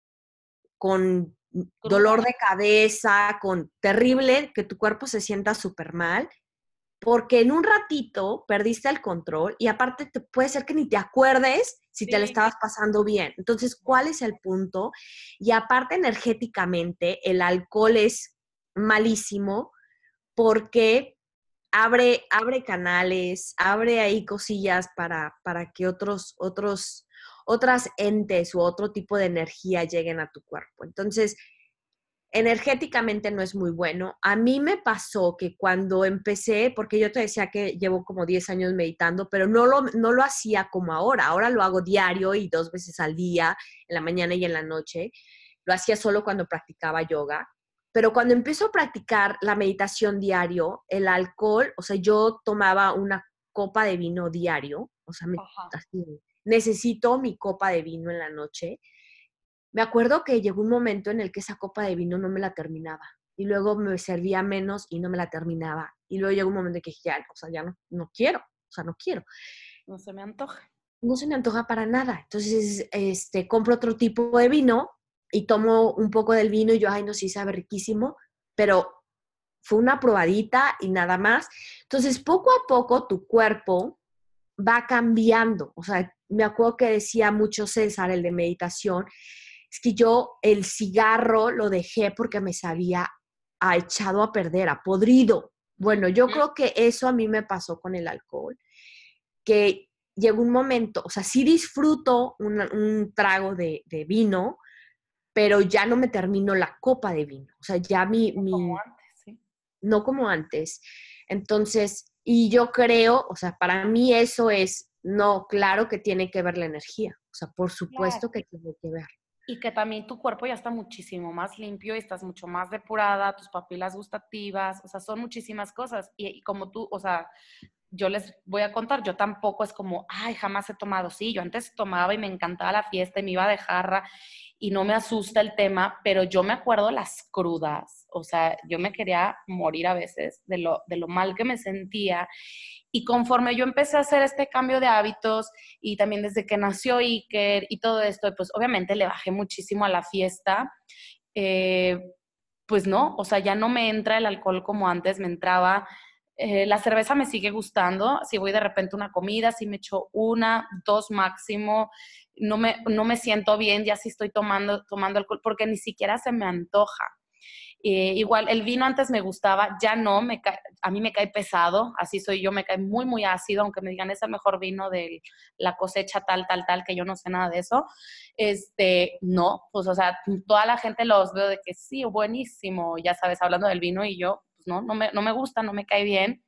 con dolor de cabeza, con terrible, que tu cuerpo se sienta súper mal? Porque en un ratito perdiste el control y aparte te, puede ser que ni te acuerdes si Sí. te la estabas pasando bien. Entonces, ¿cuál es el punto? Y aparte energéticamente, el alcohol es malísimo porque abre, abre canales, abre ahí cosillas para, para que otros, otros, otras entes u otro tipo de energía lleguen a tu cuerpo. Entonces, energéticamente no es muy bueno. A mí me pasó que cuando empecé, porque yo te decía que llevo como diez años meditando, pero no lo, no lo hacía como ahora. Ahora lo hago diario y dos veces al día, en la mañana y en la noche. Lo hacía solo cuando practicaba yoga. Pero cuando empiezo a practicar la meditación diario, el alcohol, o sea, yo tomaba una copa de vino diario, o sea, me, así, necesito mi copa de vino en la noche. Me acuerdo que llegó un momento en el que esa copa de vino no me la terminaba. Y luego me servía menos y no me la terminaba. Y luego llegó un momento en que dije, ya, o sea, ya no, no quiero. O sea, no quiero. No se me antoja. No se me antoja para nada. Entonces, este, compro otro tipo de vino y tomo un poco del vino y yo, ay, no, sí sabe riquísimo. Pero fue una probadita y nada más. Entonces, poco a poco tu cuerpo va cambiando. O sea, me acuerdo que decía mucho César, el de meditación, es que yo el cigarro lo dejé porque me sabía a echado a perder, a podrido. Bueno, yo creo que eso a mí me pasó con el alcohol, que llegó un momento, o sea, sí disfruto un, un trago de, de vino, pero ya no me termino la copa de vino. O sea, ya mi... No mi como antes, sí. No como antes. Entonces, y yo creo, o sea, para mí eso es, no, claro que tiene que ver la energía. O sea, por supuesto Claro. que tiene que ver. Y que también tu cuerpo ya está muchísimo más limpio y estás mucho más depurada, tus papilas gustativas, o sea, son muchísimas cosas. Y, y como tú, o sea, yo les voy a contar, yo tampoco es como, ay, jamás he tomado. Sí, yo antes tomaba y me encantaba la fiesta y me iba de jarra y no me asusta el tema, pero yo me acuerdo las crudas, o sea, yo me quería morir a veces de lo, de lo mal que me sentía. Y conforme yo empecé a hacer este cambio de hábitos y también desde que nació Iker y todo esto, pues obviamente le bajé muchísimo a la fiesta. Eh, pues no, o sea, ya no me entra el alcohol como antes me entraba. Eh, la cerveza me sigue gustando. Si voy de repente a una comida, si me echo una, dos máximo, no me, no me siento bien ya si estoy tomando, tomando alcohol porque ni siquiera se me antoja. Eh, igual, el vino antes me gustaba, ya no, me cae, a mí me cae pesado, así soy yo, me cae muy, muy ácido, aunque me digan es el mejor vino de la cosecha tal, tal, tal, que yo no sé nada de eso. Este, no, pues, o sea, toda la gente los veo de que sí, buenísimo, ya sabes, hablando del vino y yo, pues no, no me, no me gusta, no me cae bien.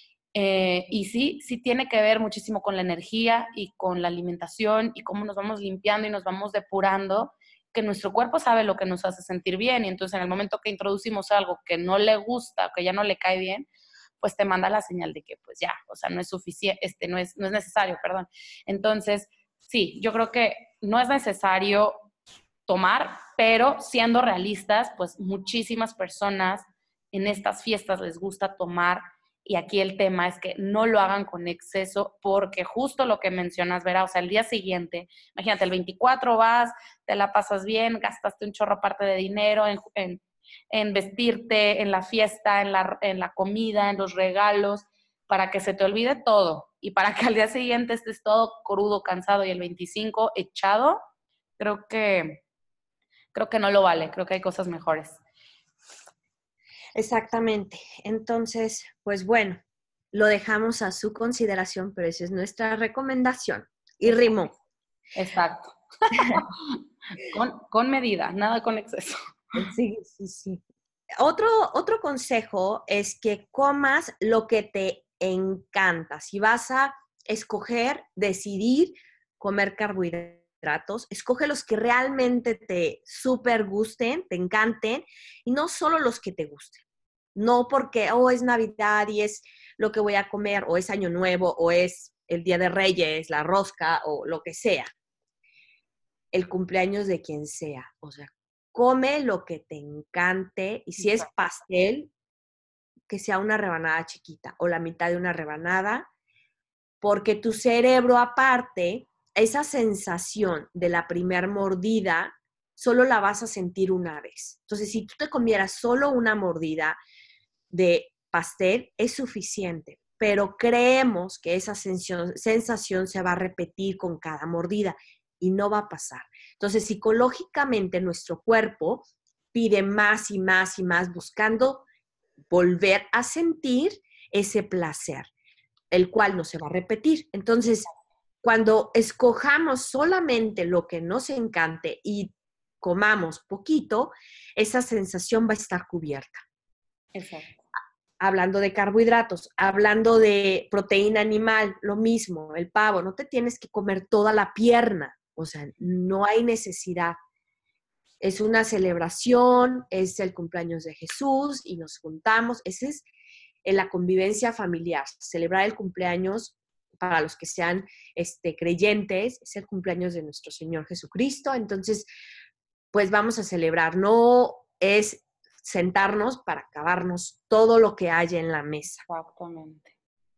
Eh, y sí, sí tiene que ver muchísimo con la energía y con la alimentación y cómo nos vamos limpiando y nos vamos depurando, que nuestro cuerpo sabe lo que nos hace sentir bien y entonces en el momento que introducimos algo que no le gusta, que ya no le cae bien, pues te manda la señal de que pues ya, o sea, no es suficiente, este, no es, no es necesario, perdón. Entonces, sí, yo creo que no es necesario tomar, pero siendo realistas, pues muchísimas personas en estas fiestas les gusta tomar y aquí el tema es que no lo hagan con exceso porque justo lo que mencionas, Vera, o sea, el día siguiente, imagínate, el veinticuatro vas, te la pasas bien, gastaste un chorro aparte de dinero en, en, en vestirte, en la fiesta, en la, en la comida, en los regalos, para que se te olvide todo y para que al día siguiente estés todo crudo, cansado y el veinticinco echado, creo que, creo que no lo vale, creo que hay cosas mejores. Exactamente. Entonces, pues bueno, lo dejamos a su consideración, pero esa es nuestra recomendación. Y rimó. Exacto. con, con medida, nada con exceso. Sí, sí, sí. Otro, otro consejo es que comas lo que te encanta. Si vas a escoger, decidir comer carbohidratos, escoge los que realmente te súper gusten, te encanten, y no solo los que te gusten. No porque, oh, es Navidad y es lo que voy a comer, o es Año Nuevo, o es el Día de Reyes, la rosca, o lo que sea. El cumpleaños de quien sea. O sea, come lo que te encante, y si es pastel, que sea una rebanada chiquita o la mitad de una rebanada, porque tu cerebro aparte, esa sensación de la primer mordida, solo la vas a sentir una vez. Entonces, si tú te comieras solo una mordida de pastel, es suficiente, pero creemos que esa sensación, sensación se va a repetir con cada mordida y no va a pasar. Entonces, psicológicamente nuestro cuerpo pide más y más y más, buscando volver a sentir ese placer, el cual no se va a repetir. Entonces, cuando escojamos solamente lo que nos encante y comamos poquito, esa sensación va a estar cubierta. Exacto. Hablando de carbohidratos, hablando de proteína animal, lo mismo, el pavo, no te tienes que comer toda la pierna, o sea, no hay necesidad. Es una celebración, es el cumpleaños de Jesús y nos juntamos. Esa es la convivencia familiar. Celebrar el cumpleaños, para los que sean este, creyentes, es el cumpleaños de nuestro Señor Jesucristo. Entonces, pues vamos a celebrar. No es sentarnos para acabarnos todo lo que haya en la mesa. Exactamente.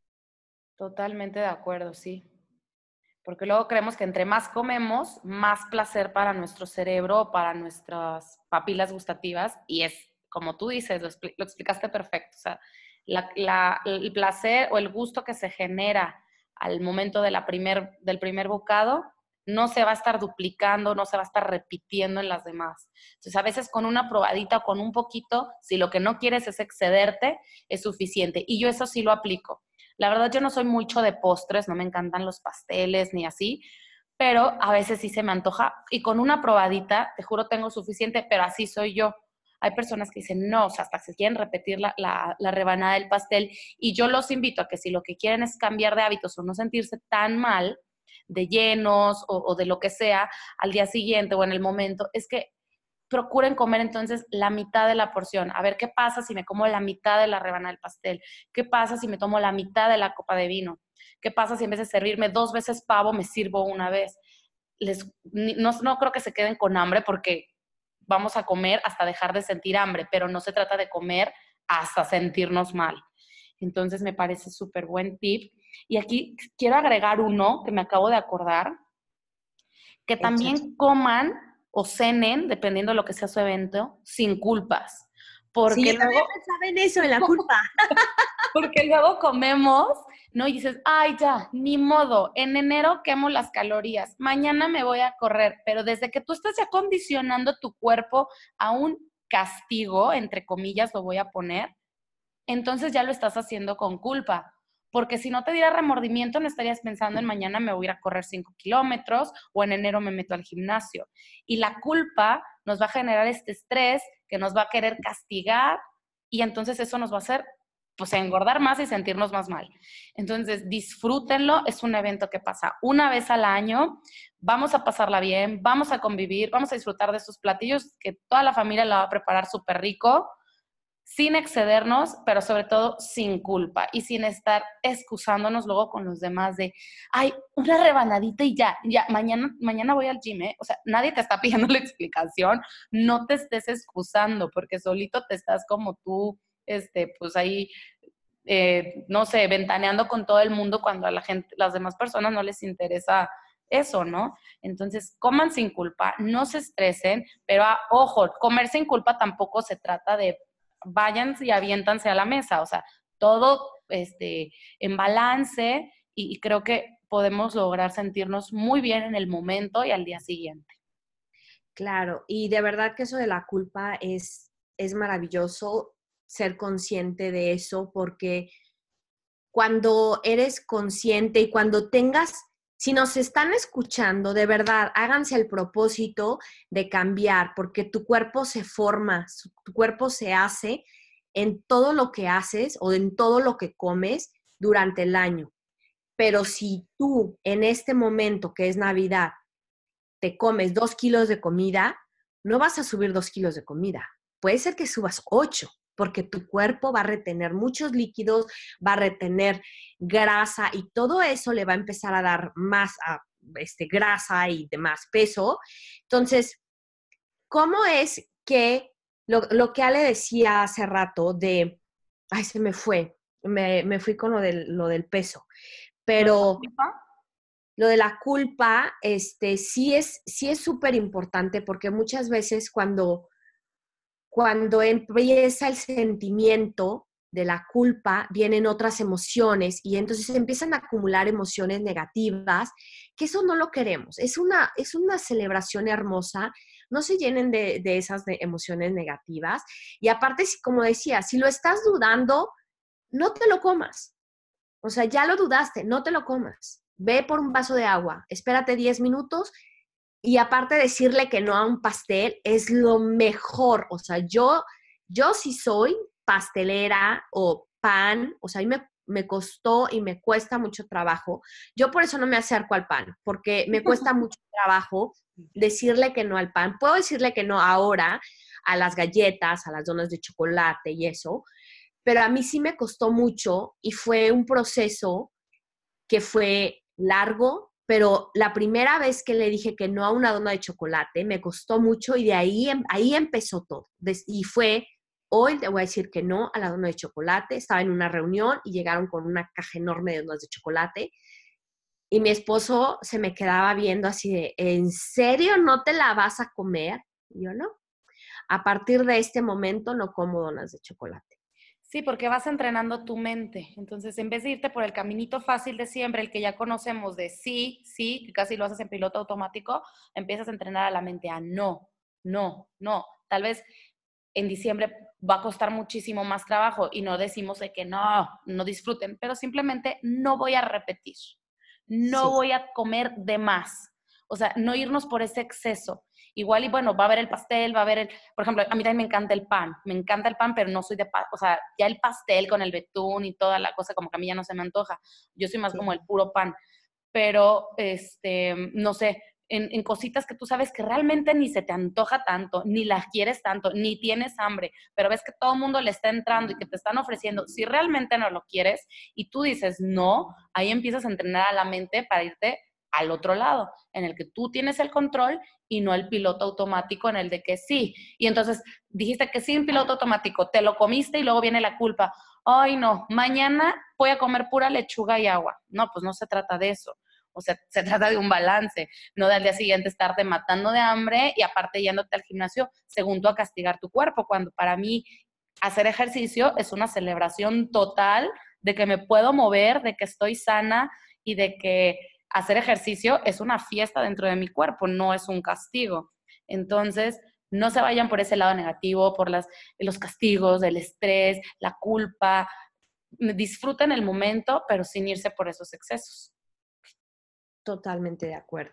Totalmente de acuerdo, sí. Porque luego creemos que entre más comemos, más placer para nuestro cerebro, para nuestras papilas gustativas, y es, como tú dices, lo, expl- lo explicaste perfecto, o sea, la, la, el placer o el gusto que se genera al momento de la primer, del primer bocado no se va a estar duplicando, no se va a estar repitiendo en las demás. Entonces, a veces con una probadita o con un poquito, si lo que no quieres es excederte, es suficiente. Y yo eso sí lo aplico. La verdad, yo no soy mucho de postres, no me encantan los pasteles ni así, pero a veces sí se me antoja y con una probadita, te juro, tengo suficiente, pero así soy yo. Hay personas que dicen, no, o sea, hasta se quieren repetir la, la, la rebanada del pastel, y yo los invito a que si lo que quieren es cambiar de hábitos o no sentirse tan mal de llenos o, o de lo que sea al día siguiente o en el momento, es que procuren comer entonces la mitad de la porción. A ver qué pasa si me como la mitad de la rebanada del pastel. ¿Qué pasa si me tomo la mitad de la copa de vino? ¿Qué pasa si en vez de servirme dos veces pavo, me sirvo una vez? Les, no, no creo que se queden con hambre, porque vamos a comer hasta dejar de sentir hambre, pero no se trata de comer hasta sentirnos mal. Entonces me parece súper buen tip. Y aquí quiero agregar uno que me acabo de acordar, que también Échate. coman o cenen, dependiendo de lo que sea su evento, sin culpas. Sí, Porque yo también luego, pensaba en eso, en la culpa. porque luego comemos, ¿no? Y dices, ay, ya, ni modo, en enero quemo las calorías, mañana me voy a correr, pero desde que tú estás ya condicionando tu cuerpo a un castigo, entre comillas lo voy a poner, entonces ya lo estás haciendo con culpa. Porque si no te diera remordimiento, no estarías pensando en mañana me voy a ir a correr cinco kilómetros o en enero me meto al gimnasio. Y la culpa nos va a generar este estrés que nos va a querer castigar, y entonces eso nos va a hacer pues engordar más y sentirnos más mal. Entonces disfrútenlo, es un evento que pasa una vez al año, vamos a pasarla bien, vamos a convivir, vamos a disfrutar de esos platillos que toda la familia la va a preparar súper rico, sin excedernos, pero sobre todo sin culpa y sin estar excusándonos luego con los demás de, ay, una rebanadita y ya, ya, mañana, mañana voy al gym, ¿eh? O sea, nadie te está pidiendo la explicación, no te estés excusando, porque solito te estás como tú, este, pues ahí, eh, no sé, ventaneando con todo el mundo cuando a la gente, las demás personas no les interesa eso, ¿no? Entonces, coman sin culpa, no se estresen, pero ah, ojo, comer sin culpa tampoco se trata de vayan y aviéntanse a la mesa, o sea, todo este, en balance y, y creo que podemos lograr sentirnos muy bien en el momento y al día siguiente. Claro, y de verdad que eso de la culpa es, es maravilloso ser consciente de eso, porque cuando eres consciente y cuando tengas, si nos están escuchando, de verdad, háganse el propósito de cambiar, porque tu cuerpo se forma, tu cuerpo se hace en todo lo que haces o en todo lo que comes durante el año. Pero si tú en este momento que es Navidad te comes dos kilos de comida, no vas a subir dos kilos de comida. Puede ser que subas ocho, porque tu cuerpo va a retener muchos líquidos, va a retener grasa y todo eso le va a empezar a dar más a, este, grasa y demás peso. Entonces, ¿cómo es que lo, lo que Ale decía hace rato de, ay, se me fue, me, me fui con lo del, lo del peso, pero lo de la culpa, este, sí es, sí es súper importante porque muchas veces cuando, cuando empieza el sentimiento de la culpa, vienen otras emociones y entonces se empiezan a acumular emociones negativas, que eso no lo queremos. Es una, es una celebración hermosa, no se llenen de, de esas de emociones negativas. Y aparte, como decía, si lo estás dudando, no te lo comas. O sea, ya lo dudaste, no te lo comas. Ve por un vaso de agua, espérate diez minutos y aparte decirle que no a un pastel es lo mejor. O sea, yo, yo sí soy pastelera o pan, o sea, a mí me, me costó y me cuesta mucho trabajo. Yo por eso no me acerco al pan, porque me cuesta mucho trabajo decirle que no al pan. Puedo decirle que no ahora a las galletas, a las donas de chocolate y eso, pero a mí sí me costó mucho y fue un proceso que fue largo, pero la primera vez que le dije que no a una dona de chocolate me costó mucho y de ahí, ahí empezó todo. Y fue, hoy te voy a decir que no a la dona de chocolate. Estaba en una reunión y llegaron con una caja enorme de donas de chocolate y mi esposo se me quedaba viendo así de, ¿en serio no te la vas a comer? Y yo no. A partir de este momento no como donas de chocolate. Sí, porque vas entrenando tu mente. Entonces, en vez de irte por el caminito fácil de siempre, el que ya conocemos de sí, sí, que casi lo haces en piloto automático, empiezas a entrenar a la mente a no, no, no. Tal vez en diciembre va a costar muchísimo más trabajo y no decimos de que no, no disfruten, pero simplemente no voy a repetir, no Sí. voy a comer de más. O sea, no irnos por ese exceso. Igual y bueno, va a haber el pastel, va a haber el, por ejemplo, a mí también me encanta el pan, me encanta el pan, pero no soy de pan, o sea, ya el pastel con el betún y toda la cosa, como que a mí ya no se me antoja. Yo soy más Sí. como el puro pan, pero, este, no sé, en, en cositas que tú sabes que realmente ni se te antoja tanto, ni las quieres tanto, ni tienes hambre, pero ves que todo el mundo le está entrando y que te están ofreciendo, si realmente no lo quieres y tú dices no, ahí empiezas a entrenar a la mente para irte al otro lado, en el que tú tienes el control y no el piloto automático en el de que sí. Y entonces dijiste que sí, en piloto automático, te lo comiste y luego viene la culpa. Ay, no, mañana voy a comer pura lechuga y agua. No, pues no se trata de eso. O sea, se trata de un balance, no del día siguiente estarte matando de hambre y aparte yéndote al gimnasio según tú a castigar tu cuerpo, cuando para mí hacer ejercicio es una celebración total de que me puedo mover, de que estoy sana y de que hacer ejercicio es una fiesta dentro de mi cuerpo, no es un castigo. Entonces, no se vayan por ese lado negativo, por las, los castigos, el estrés, la culpa. Disfruten el momento, pero sin irse por esos excesos. Totalmente de acuerdo.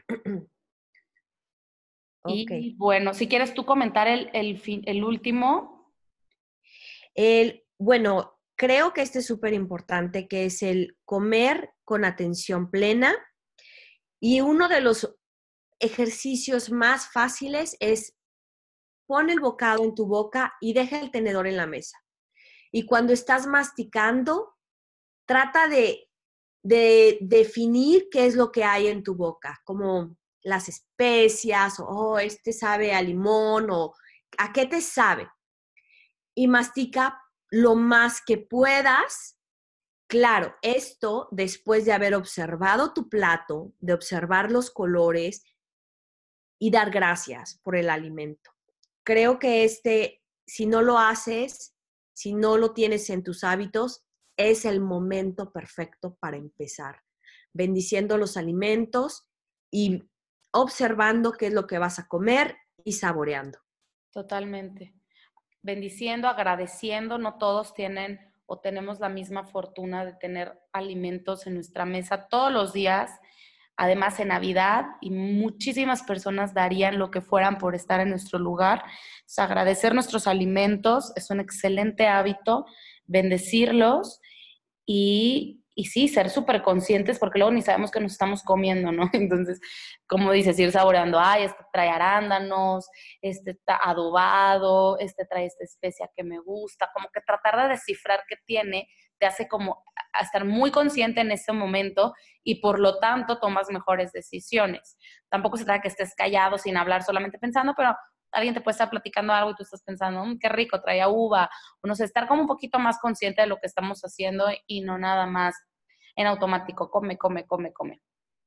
Ok. Y bueno, si quieres tú comentar el, el, fin, el último. El, bueno, creo que este es súper importante, que es el comer con atención plena. Y uno de los ejercicios más fáciles es pon el bocado en tu boca y deja el tenedor en la mesa. Y cuando estás masticando, trata de, de definir qué es lo que hay en tu boca, como las especias, o oh, este sabe a limón, o a qué te sabe. Y mastica lo más que puedas Claro, esto después de haber observado tu plato, de observar los colores y dar gracias por el alimento. Creo que este, si no lo haces, si no lo tienes en tus hábitos, es el momento perfecto para empezar, bendiciendo los alimentos y observando qué es lo que vas a comer y saboreando. Totalmente. Bendiciendo, agradeciendo, no todos tienen o tenemos la misma fortuna de tener alimentos en nuestra mesa todos los días, además en Navidad, y muchísimas personas darían lo que fueran por estar en nuestro lugar. Entonces, agradecer nuestros alimentos es un excelente hábito, bendecirlos y, y sí, ser súper conscientes porque luego ni sabemos qué nos estamos comiendo, ¿no? Entonces, como dices, ir saboreando, ay, este trae arándanos, este está adobado, este trae esta especia que me gusta, como que tratar de descifrar qué tiene te hace como a estar muy consciente en ese momento y por lo tanto tomas mejores decisiones. Tampoco se trata de que estés callado sin hablar, solamente pensando, pero alguien te puede estar platicando algo y tú estás pensando, mmm, qué rico, traía uva, o no sé, estar como un poquito más consciente de lo que estamos haciendo y no nada más en automático, come, come, come, come.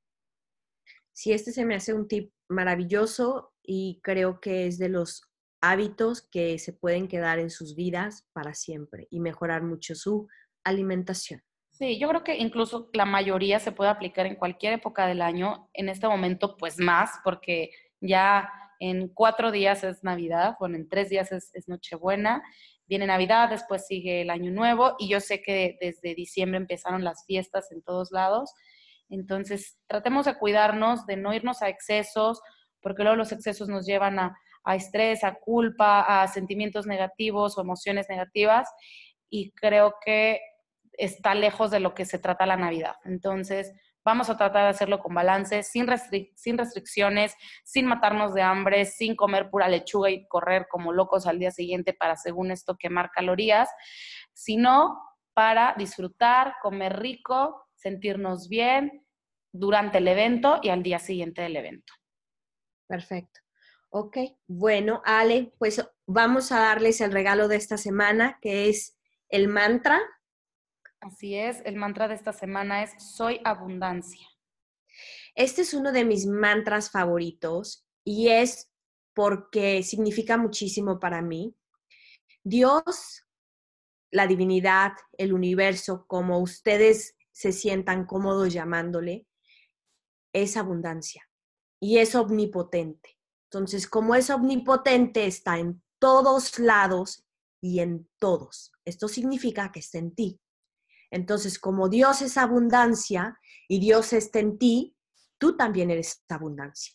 Sí, este se me hace un tip maravilloso y creo que es de los hábitos que se pueden quedar en sus vidas para siempre y mejorar mucho su alimentación. Sí, yo creo que incluso la mayoría se puede aplicar en cualquier época del año. En este momento, pues más, porque ya en cuatro días es Navidad, bueno, en tres días es, es Nochebuena, viene Navidad, después sigue el Año Nuevo y yo sé que desde diciembre empezaron las fiestas en todos lados. Entonces, tratemos de cuidarnos, de no irnos a excesos, porque luego los excesos nos llevan a, a estrés, a culpa, a sentimientos negativos o emociones negativas y creo que está lejos de lo que se trata la Navidad. Entonces, vamos a tratar de hacerlo con balance, sin, restric sin restricciones, sin matarnos de hambre, sin comer pura lechuga y correr como locos al día siguiente para, según esto, quemar calorías, sino para disfrutar, comer rico, sentirnos bien durante el evento y al día siguiente del evento. Perfecto. Ok, bueno, Ale, pues vamos a darles el regalo de esta semana, que es el mantra. Así es, el mantra de esta semana es Soy Abundancia. Este es uno de mis mantras favoritos y es porque significa muchísimo para mí. Dios, la divinidad, el universo, como ustedes se sientan cómodos llamándole, es abundancia y es omnipotente. Entonces, como es omnipotente, está en todos lados y en todos. Esto significa que está en ti. Entonces, como Dios es abundancia y Dios está en ti, tú también eres abundancia.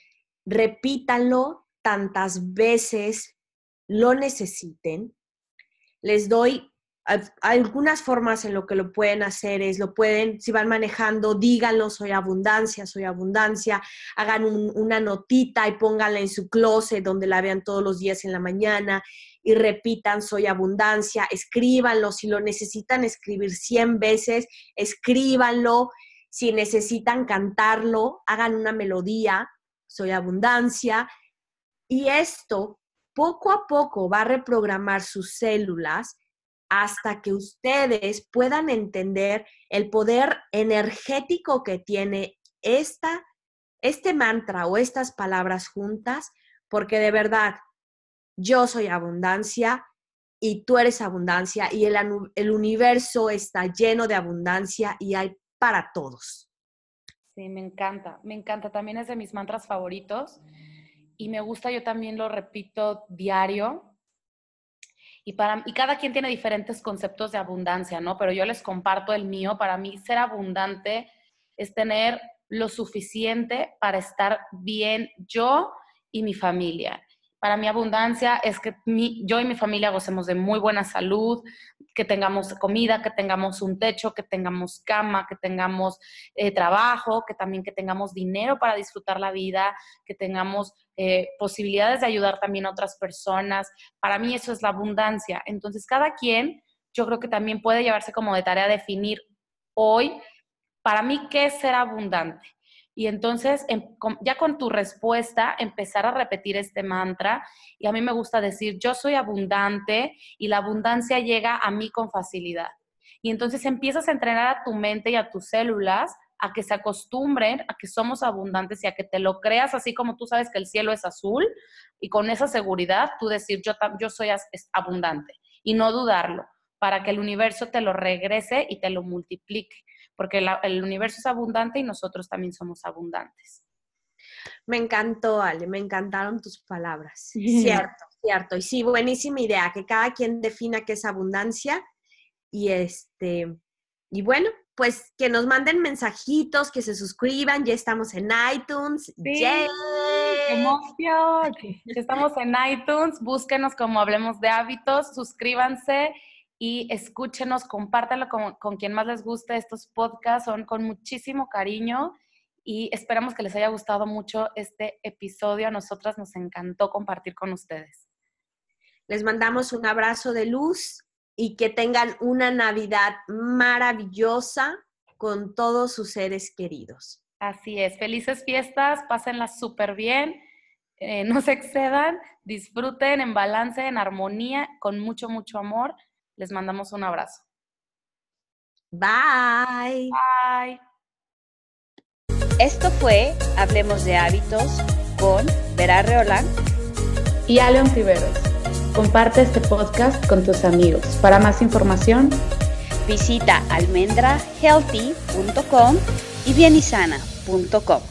Repítanlo tantas veces lo necesiten. Les doy algunas formas en lo que lo pueden hacer, es lo pueden, si van manejando, díganlo, soy abundancia, soy abundancia, hagan un, una notita y pónganla en su closet donde la vean todos los días en la mañana y repitan, soy abundancia, escríbanlo, si lo necesitan escribir cien veces, escríbanlo, si necesitan cantarlo, hagan una melodía, soy abundancia, y esto poco a poco va a reprogramar sus células hasta que ustedes puedan entender el poder energético que tiene esta, este mantra o estas palabras juntas, porque de verdad, yo soy abundancia y tú eres abundancia y el, el universo está lleno de abundancia y hay para todos. Sí, me encanta, me encanta. También es de mis mantras favoritos y me gusta, yo también lo repito diario. Y, para, y cada quien tiene diferentes conceptos de abundancia, ¿no? Pero yo les comparto el mío. Para mí, ser abundante es tener lo suficiente para estar bien yo y mi familia. Para mí, abundancia es que mi, yo y mi familia gocemos de muy buena salud, que tengamos comida, que tengamos un techo, que tengamos cama, que tengamos eh, trabajo, que también que tengamos dinero para disfrutar la vida, que tengamos eh, posibilidades de ayudar también a otras personas. Para mí eso es la abundancia. Entonces, cada quien, yo creo que también puede llevarse como de tarea definir hoy, para mí, ¿qué es ser abundante? Y entonces, ya con tu respuesta, empezar a repetir este mantra. Y a mí me gusta decir, yo soy abundante y la abundancia llega a mí con facilidad. Y entonces empiezas a entrenar a tu mente y a tus células a que se acostumbren a que somos abundantes y a que te lo creas así como tú sabes que el cielo es azul y con esa seguridad tú decir yo, yo soy abundante y no dudarlo para que el universo te lo regrese y te lo multiplique, porque la, el universo es abundante y nosotros también somos abundantes. Me encantó, Ale, me encantaron tus palabras. Cierto, cierto. Y sí, buenísima idea, que cada quien defina qué es abundancia. Y este, y bueno, pues que nos manden mensajitos, que se suscriban, ya estamos en iTunes. Sí, ¡yay! ¡Qué emoción! Estamos en iTunes, búsquenos como Hablemos de Hábitos, suscríbanse y escúchenos, compártanlo con, con quien más les guste. Estos podcasts son con muchísimo cariño y esperamos que les haya gustado mucho este episodio. A nosotras nos encantó compartir con ustedes. Les mandamos un abrazo de luz y que tengan una Navidad maravillosa con todos sus seres queridos. Así es. Felices fiestas, pásenlas súper bien, eh, no se excedan, disfruten en balance, en armonía, con mucho, mucho amor. Les mandamos un abrazo. Bye. Bye. Esto fue Hablemos de Hábitos con Vera Reolán y Ale Ontiveros. Comparte este podcast con tus amigos. Para más información, visita almendra healthy punto com y bienisana punto com.